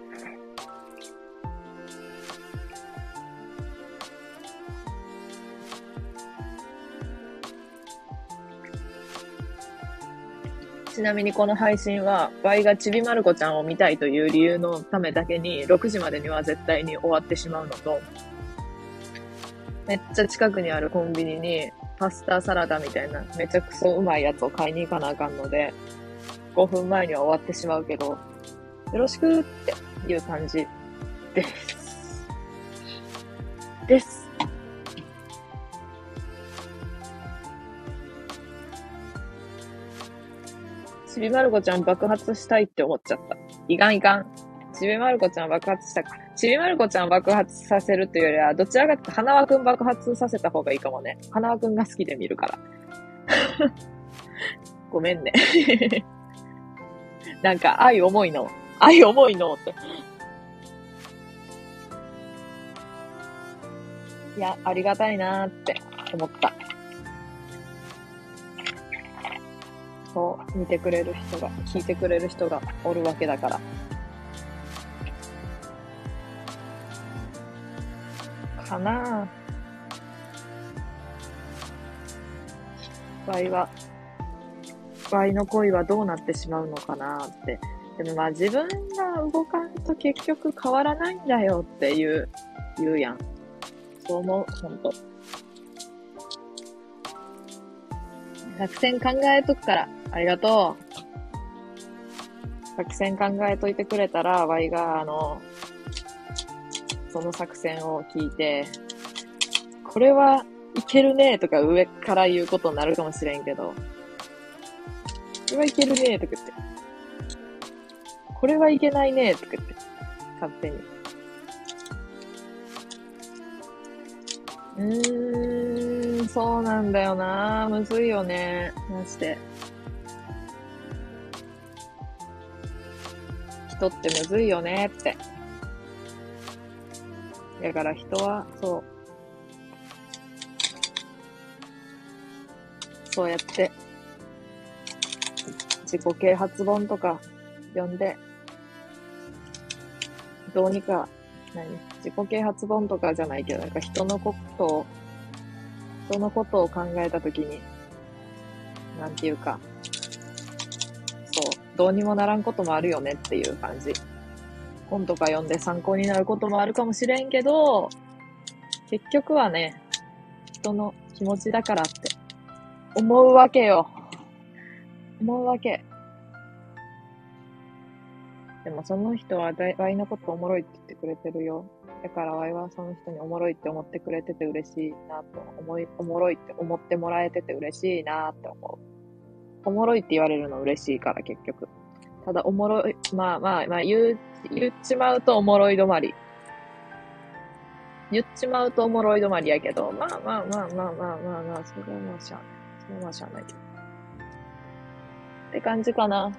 [SPEAKER 1] ちなみにこの配信は、ワイがちびまる子ちゃんを見たいという理由のためだけに、ろくじまでには絶対に終わってしまうのと、めっちゃ近くにあるコンビニに、パスタサラダみたいな、めちゃくそうまいやつを買いに行かなあかんので、ごふんまえには終わってしまうけど、よろしくっていう感じです。です。ちびまる子ちゃん爆発したいって思っちゃった。いかんいかん。ちびまる子ちゃん爆発したか。ちびまる子ちゃん爆発させるというよりは、どちらかというと花輪くん爆発させた方がいいかもね。花輪くんが好きで見るから。ごめんね。なんか愛重いの。愛重いのって。いや、ありがたいなーって思った。そう、見てくれる人が、聞いてくれる人がおるわけだから。かなぁ。ワイは、ワイの恋はどうなってしまうのかなって。でもまあ自分が動かんと結局変わらないんだよっていう、言うやん。そう思う、ほんと。作戦考えとくから、ありがとう。作戦考えといてくれたら、ワイが、あの、その作戦を聞いて、これはいけるねとか上から言うことになるかもしれんけど、これはいけるねとか言って、これはいけないねとか言って、勝手に。うーん、そうなんだよな。むずいよね。マジで。人ってむずいよねって。だから人は、そう。そうやって、自己啓発本とか読んで、どうにか何自己啓発本とかじゃないけど、なんか人のことを、人のことを考えたときに、なんていうか、そう、どうにもならんこともあるよねっていう感じ。本とか読んで参考になることもあるかもしれんけど、結局はね、人の気持ちだからって思うわけよ。思うわけ。でもその人はワイのことおもろいって言ってくれてるよ。だからワイはその人におもろいって思ってくれてて嬉しいなと思い、おもろいって思ってもらえてて嬉しいなって思う。おもろいって言われるの嬉しいから結局。ただおもろい、まあまあまあ言う、言っちまうとおもろい止まり。言っちまうとおもろい止まりやけど、まあまあまあまあまあまあまあ、それはまあしゃあない。それはまあしゃあないけど。って感じかな。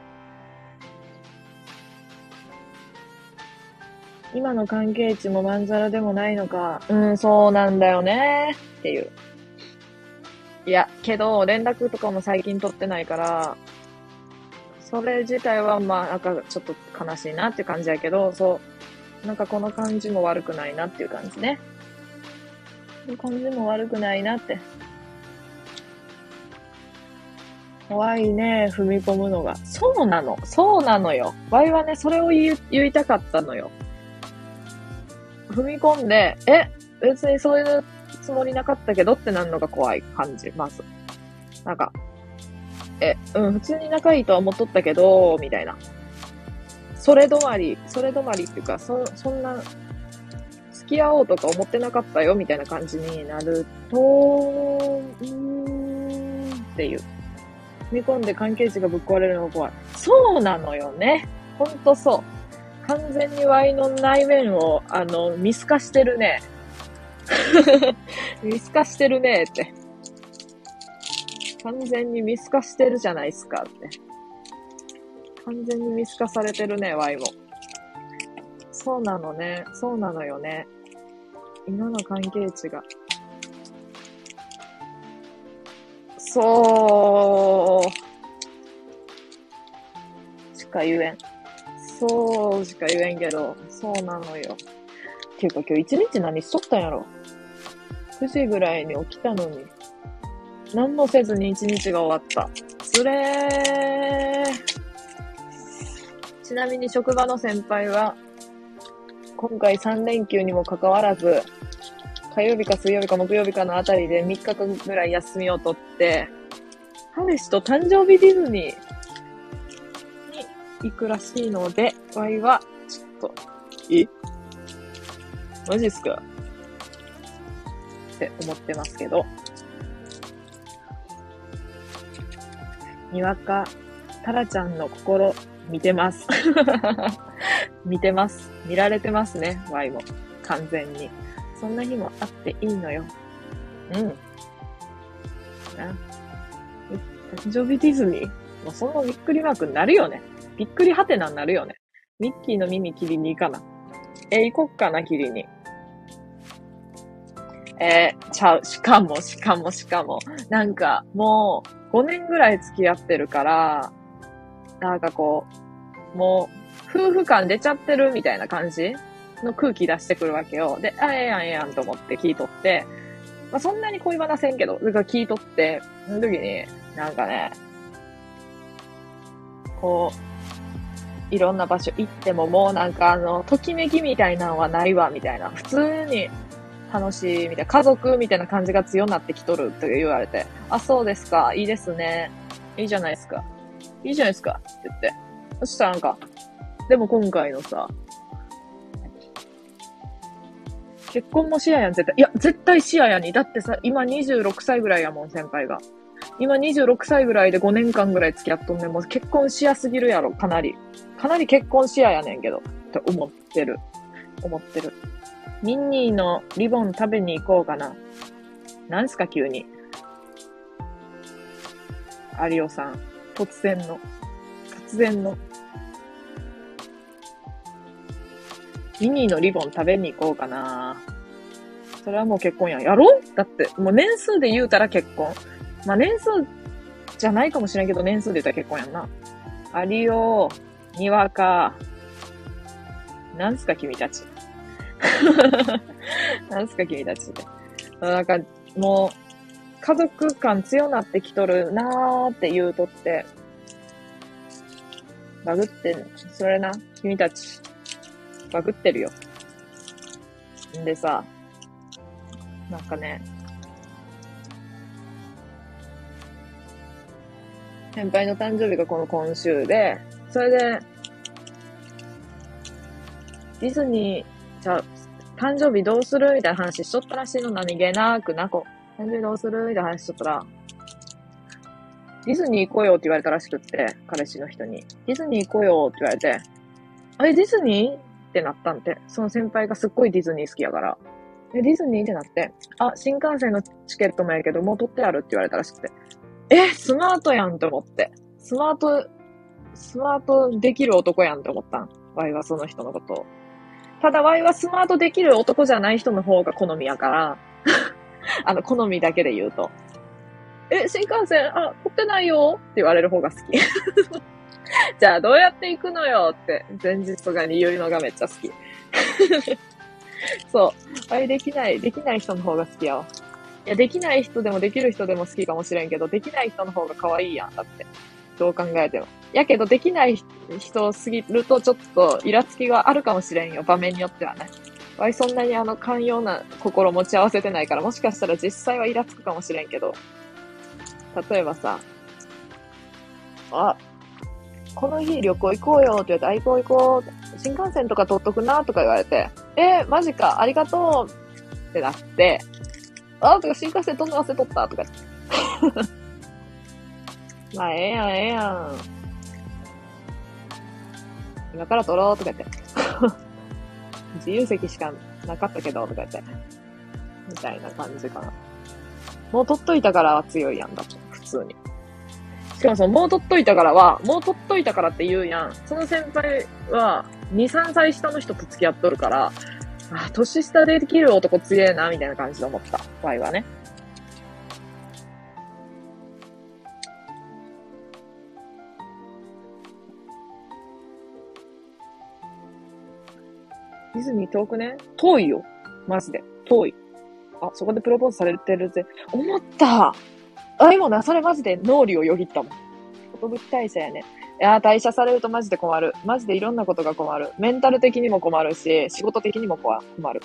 [SPEAKER 1] 今の関係値もまんざらでもないのか。うん、そうなんだよね。っていう。いや、けど、連絡とかも最近取ってないから、それ自体はまあ、なんかちょっと悲しいなっていう感じやけど、そう。なんかこの感じも悪くないなっていう感じね。この感じも悪くないなって。怖いね、踏み込むのが。そうなの。そうなのよ。ワイはね、それを言い、言いたかったのよ。踏み込んで、え、別にそういうつもりなかったけどってなるのが怖い感じ、まず。なんか、え、うん、普通に仲いいとは思っとったけど、みたいな。それ止まり、それ止まりっていうか、そ、そんな、付き合おうとか思ってなかったよ、みたいな感じになると、うーん、っていう。踏み込んで関係値がぶっ壊れるのが怖い。そうなのよね。ほんとそう。完全にワイの内面を、あの、見透かしてるね。見透かしてるねって。完全に見透かしてるじゃないですかって。完全に見透かされてるね、ワイも。そうなのね。そうなのよね。今の関係値が。そう。しか言えん。そうしか言えんけど、そうなのよ。っていうか今日一日何しとったんやろ。くじぐらいに起きたのに。何もせずに一日が終わった。つれー。ちなみに職場の先輩は、今回さん連休にもかかわらず、火曜日か水曜日か木曜日かのあたりでみっかかんぐらい休みを取って、彼氏と誕生日ディズニーに行くらしいので、ワイは、ちょっと、えマジっすかって思ってますけど。にわか、タラちゃんの心、見てます。見てます。見られてますね、ワイも。完全に。そんな日もあっていいのよ。うん。な。誕生日ディズニーもうそのびっくりマークになるよね。びっくりハテナになるよね。ミッキーの耳切りに行かな。え、行こっかな、切りに。えー、ちゃう。しかも、しかも、しかも。なんか、もう、ごねんぐらい付き合ってるから、なんかこう、もう、夫婦感出ちゃってるみたいな感じの空気出してくるわけよ。で、あ、ええやん、ええやんと思って聞いとって、まあ、そんなに恋バナせんけど、だから聞いとって、その時に、なんかね、こう、いろんな場所行ってももうなんかあの、ときめきみたいなのはないわ、みたいな。普通に楽しい、みたいな。家族みたいな感じが強くなってきとるって言われて、あ、そうですか、いいですね。いいじゃないですか。いいじゃないですか。って言って。そしたらなんか、でも今回のさ、結婚も視野やん、絶対。いや、絶対視野やに。だってさ、今にじゅうろくさいぐらいやもん、先輩が。今にじゅうろくさいぐらいでごねんかんぐらい付き合っとんねん。もう結婚しやすぎるやろ、かなり。かなり結婚視野やねんけど。って思ってる。思ってる。ミンニーのリボン食べに行こうかな。なんすか、急に。有オさん。突然の。突然の。ミニーのリボン食べに行こうかな。それはもう結婚やん。やろだって、もう年数で言うたら結婚。まあ、年数じゃないかもしれんけど、年数で言ったら結婚やんな。アリオ、にわか、なんすか君たち。 なんすか君たちって。なんか、もう、家族感強なってきとるなーって言うとって、バグってんの。それな、君たち、バグってるよ。んでさ、なんかね、先輩の誕生日がこの今週で、それで、ディズニー、じゃあ、誕生日どうするみたいな話しとったらしいの、何気なくな、こう、誕生日どうするみたいな話しとったら、ディズニー行こうよって言われたらしくって、彼氏の人に。ディズニー行こうよって言われて、あれ、ディズニーってなったんて。その先輩がすっごいディズニー好きやから。え、ディズニーってなって、あ、新幹線のチケットもやけど、もう取ってあるって言われたらしくて。え、スマートやんって思って。スマート、スマートできる男やんって思ったん。ワイはその人のことを。ただワイはスマートできる男じゃない人の方が好みやから、あの、好みだけで言うと。え、新幹線、あ、取ってないよって言われる方が好き。じゃあどうやって行くのよって、前日とかに言うのがめっちゃ好き。そう。あれできない、できない人の方が好きやわ。いや、できない人でもできる人でも好きかもしれんけど、できない人の方が可愛いやん、だって。どう考えても。やけど、できない人すぎると、ちょっと、イラつきがあるかもしれんよ、場面によってはね。わい、そんなにあの、寛容な心持ち合わせてないから、もしかしたら実際はイラつくかもしれんけど、例えばさ、あ、この日旅行行こうよって言われて、あ、行こう行こう。新幹線とか取っとくなとか言われて、えー、マジか、ありがとうってなって、あ、とか新幹線取んの忘れとったとか。まあ、ええやん、ええやん。今から取ろうとか言って。自由席しかなかったけど、とか言って。みたいな感じかな。もう取っといたからは強いやんだって、普通に。しかもその、もう取っといたからは、もう取っといたからって言うやん。その先輩は、に、さんさい下の人と付き合っとるから、あ、年下でできる男強えな、みたいな感じで思った。場合はね。ディズニー遠くね？遠いよ。マジで。遠い。あ、そこでプロポーズされてるぜ。思ったあ、今な、それマジで脳裏をよぎったもん。寿退社やね。いやー、退社されるとマジで困る。マジでいろんなことが困る。メンタル的にも困るし、仕事的にも困る。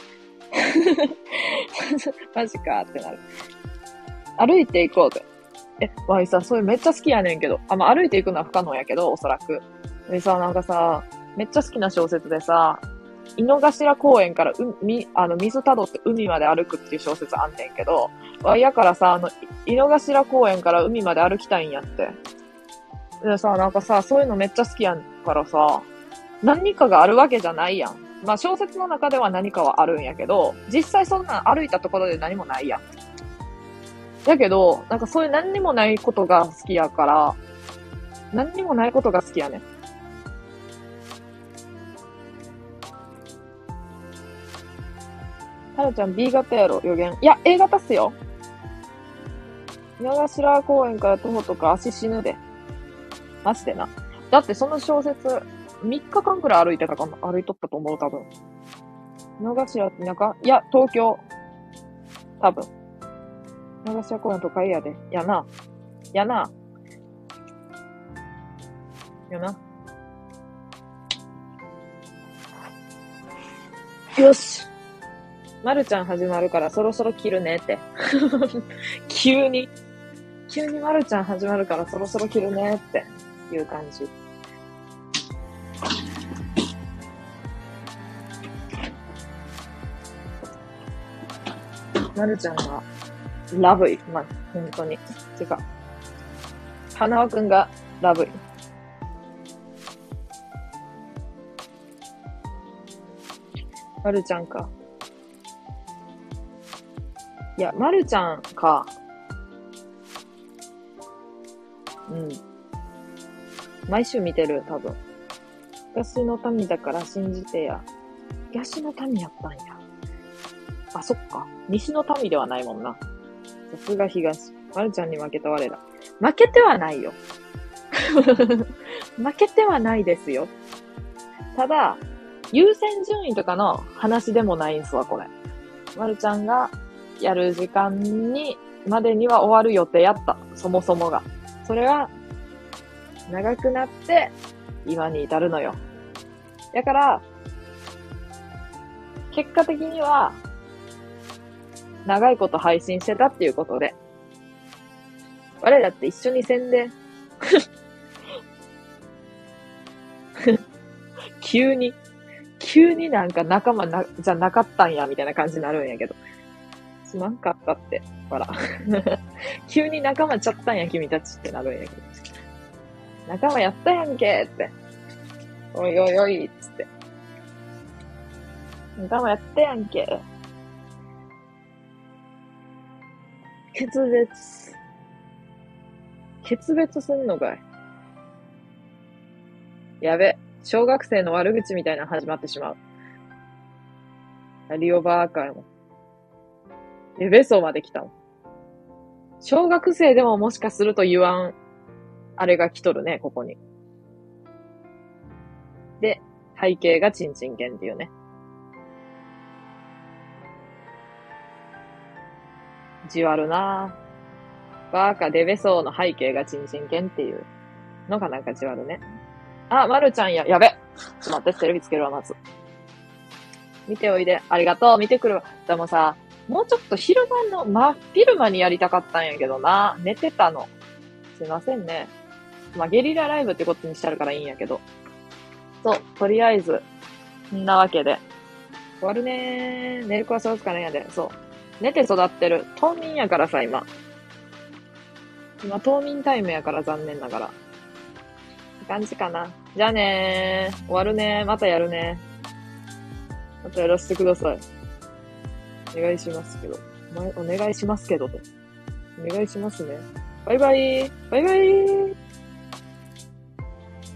[SPEAKER 1] マジかーってなる。歩いて行こうぜ。え、わいさ、それめっちゃ好きやねんけど。あ、まあ、歩いて行くのは不可能やけど、おそらく。でさ、なんかさ、めっちゃ好きな小説でさ、井の頭公園から海、あの、水たどって海まで歩くっていう小説あんねんけど、わいやからさ、あの、井の頭公園から海まで歩きたいんやって。でさ、なんかさ、そういうのめっちゃ好きやんからさ、何かがあるわけじゃないやん。まあ小説の中では何かはあるんやけど、実際そんなん歩いたところで何もないやん。だけど、なんかそういう何にもないことが好きやから、何にもないことが好きやねん。はるちゃん B 型やろ、予言。いや、A 型っすよ。井の頭公園から徒歩とか足死ぬで。マジでな。だってその小説、みっかかんくらい歩いてたかな、歩いとったと思う、多分。井の頭ってなんか、いや、東京。多分。井の頭公園とかいやで。やな。やな。やな。よし。まるちゃん始まるからそろそろ切るねって。急に。急にまるちゃん始まるからそろそろ切るねっていう感じ。まるちゃんがラブイ。まあ、本当に。てか、花輪くんがラブイ。まるちゃんか。いや、まるちゃんか。うん。毎週見てる、多分。東の民だから信じてや。東の民やったんや。あ、そっか。西の民ではないもんな。さすが東。まるちゃんに負けた我ら。負けてはないよ。負けてはないですよ。ただ、 優先順位とかの話でもないんすわ、これ。まるちゃんがやる時間に、までには終わる予定やった。そもそもが。それは、長くなって、今に至るのよ。だから、結果的には、長いこと配信してたっていうことで。我らって一緒に宣伝。急に、急になんか仲間な、じゃなかったんや、みたいな感じになるんやけど。すまんかったって。ほら。急に仲間ちゃったんや、君たちってなるんやけど。仲間やったやんけって。おいおいおい、つって。仲間やったやんけ。決別。決別すんのかい。やべ。小学生の悪口みたいなの始まってしまう。リオバーカーも。レベソまで来たの。小学生でももしかすると言わん、あれが来とるね、ここに。で、背景がチンチン犬っていうね。じわるなぁ。バーカデベソーの背景がチンチン犬っていうのがなんかじわるね。あ、まるちゃんや、やべ。ちょっと待って、テレビつけるわ、まず。見ておいで。ありがとう、見てくるわ。でもさ、もうちょっと昼間の真っ昼間にやりたかったんやけどな。寝てたの。すいませんね。まあ、ゲリラライブってことにしてあるからいいんやけど。そう、とりあえず、そんなわけで。終わるねー。寝る子はそうつかねえやで。そう。寝て育ってる。冬眠やからさ、今。今、冬眠タイムやから残念ながら。って感じかな。じゃあねー。終わるねー。またやるねー。またやらせてください。お願いしますけど。お願いしますけどで。お願いしますね。バイバイ。バイバイ。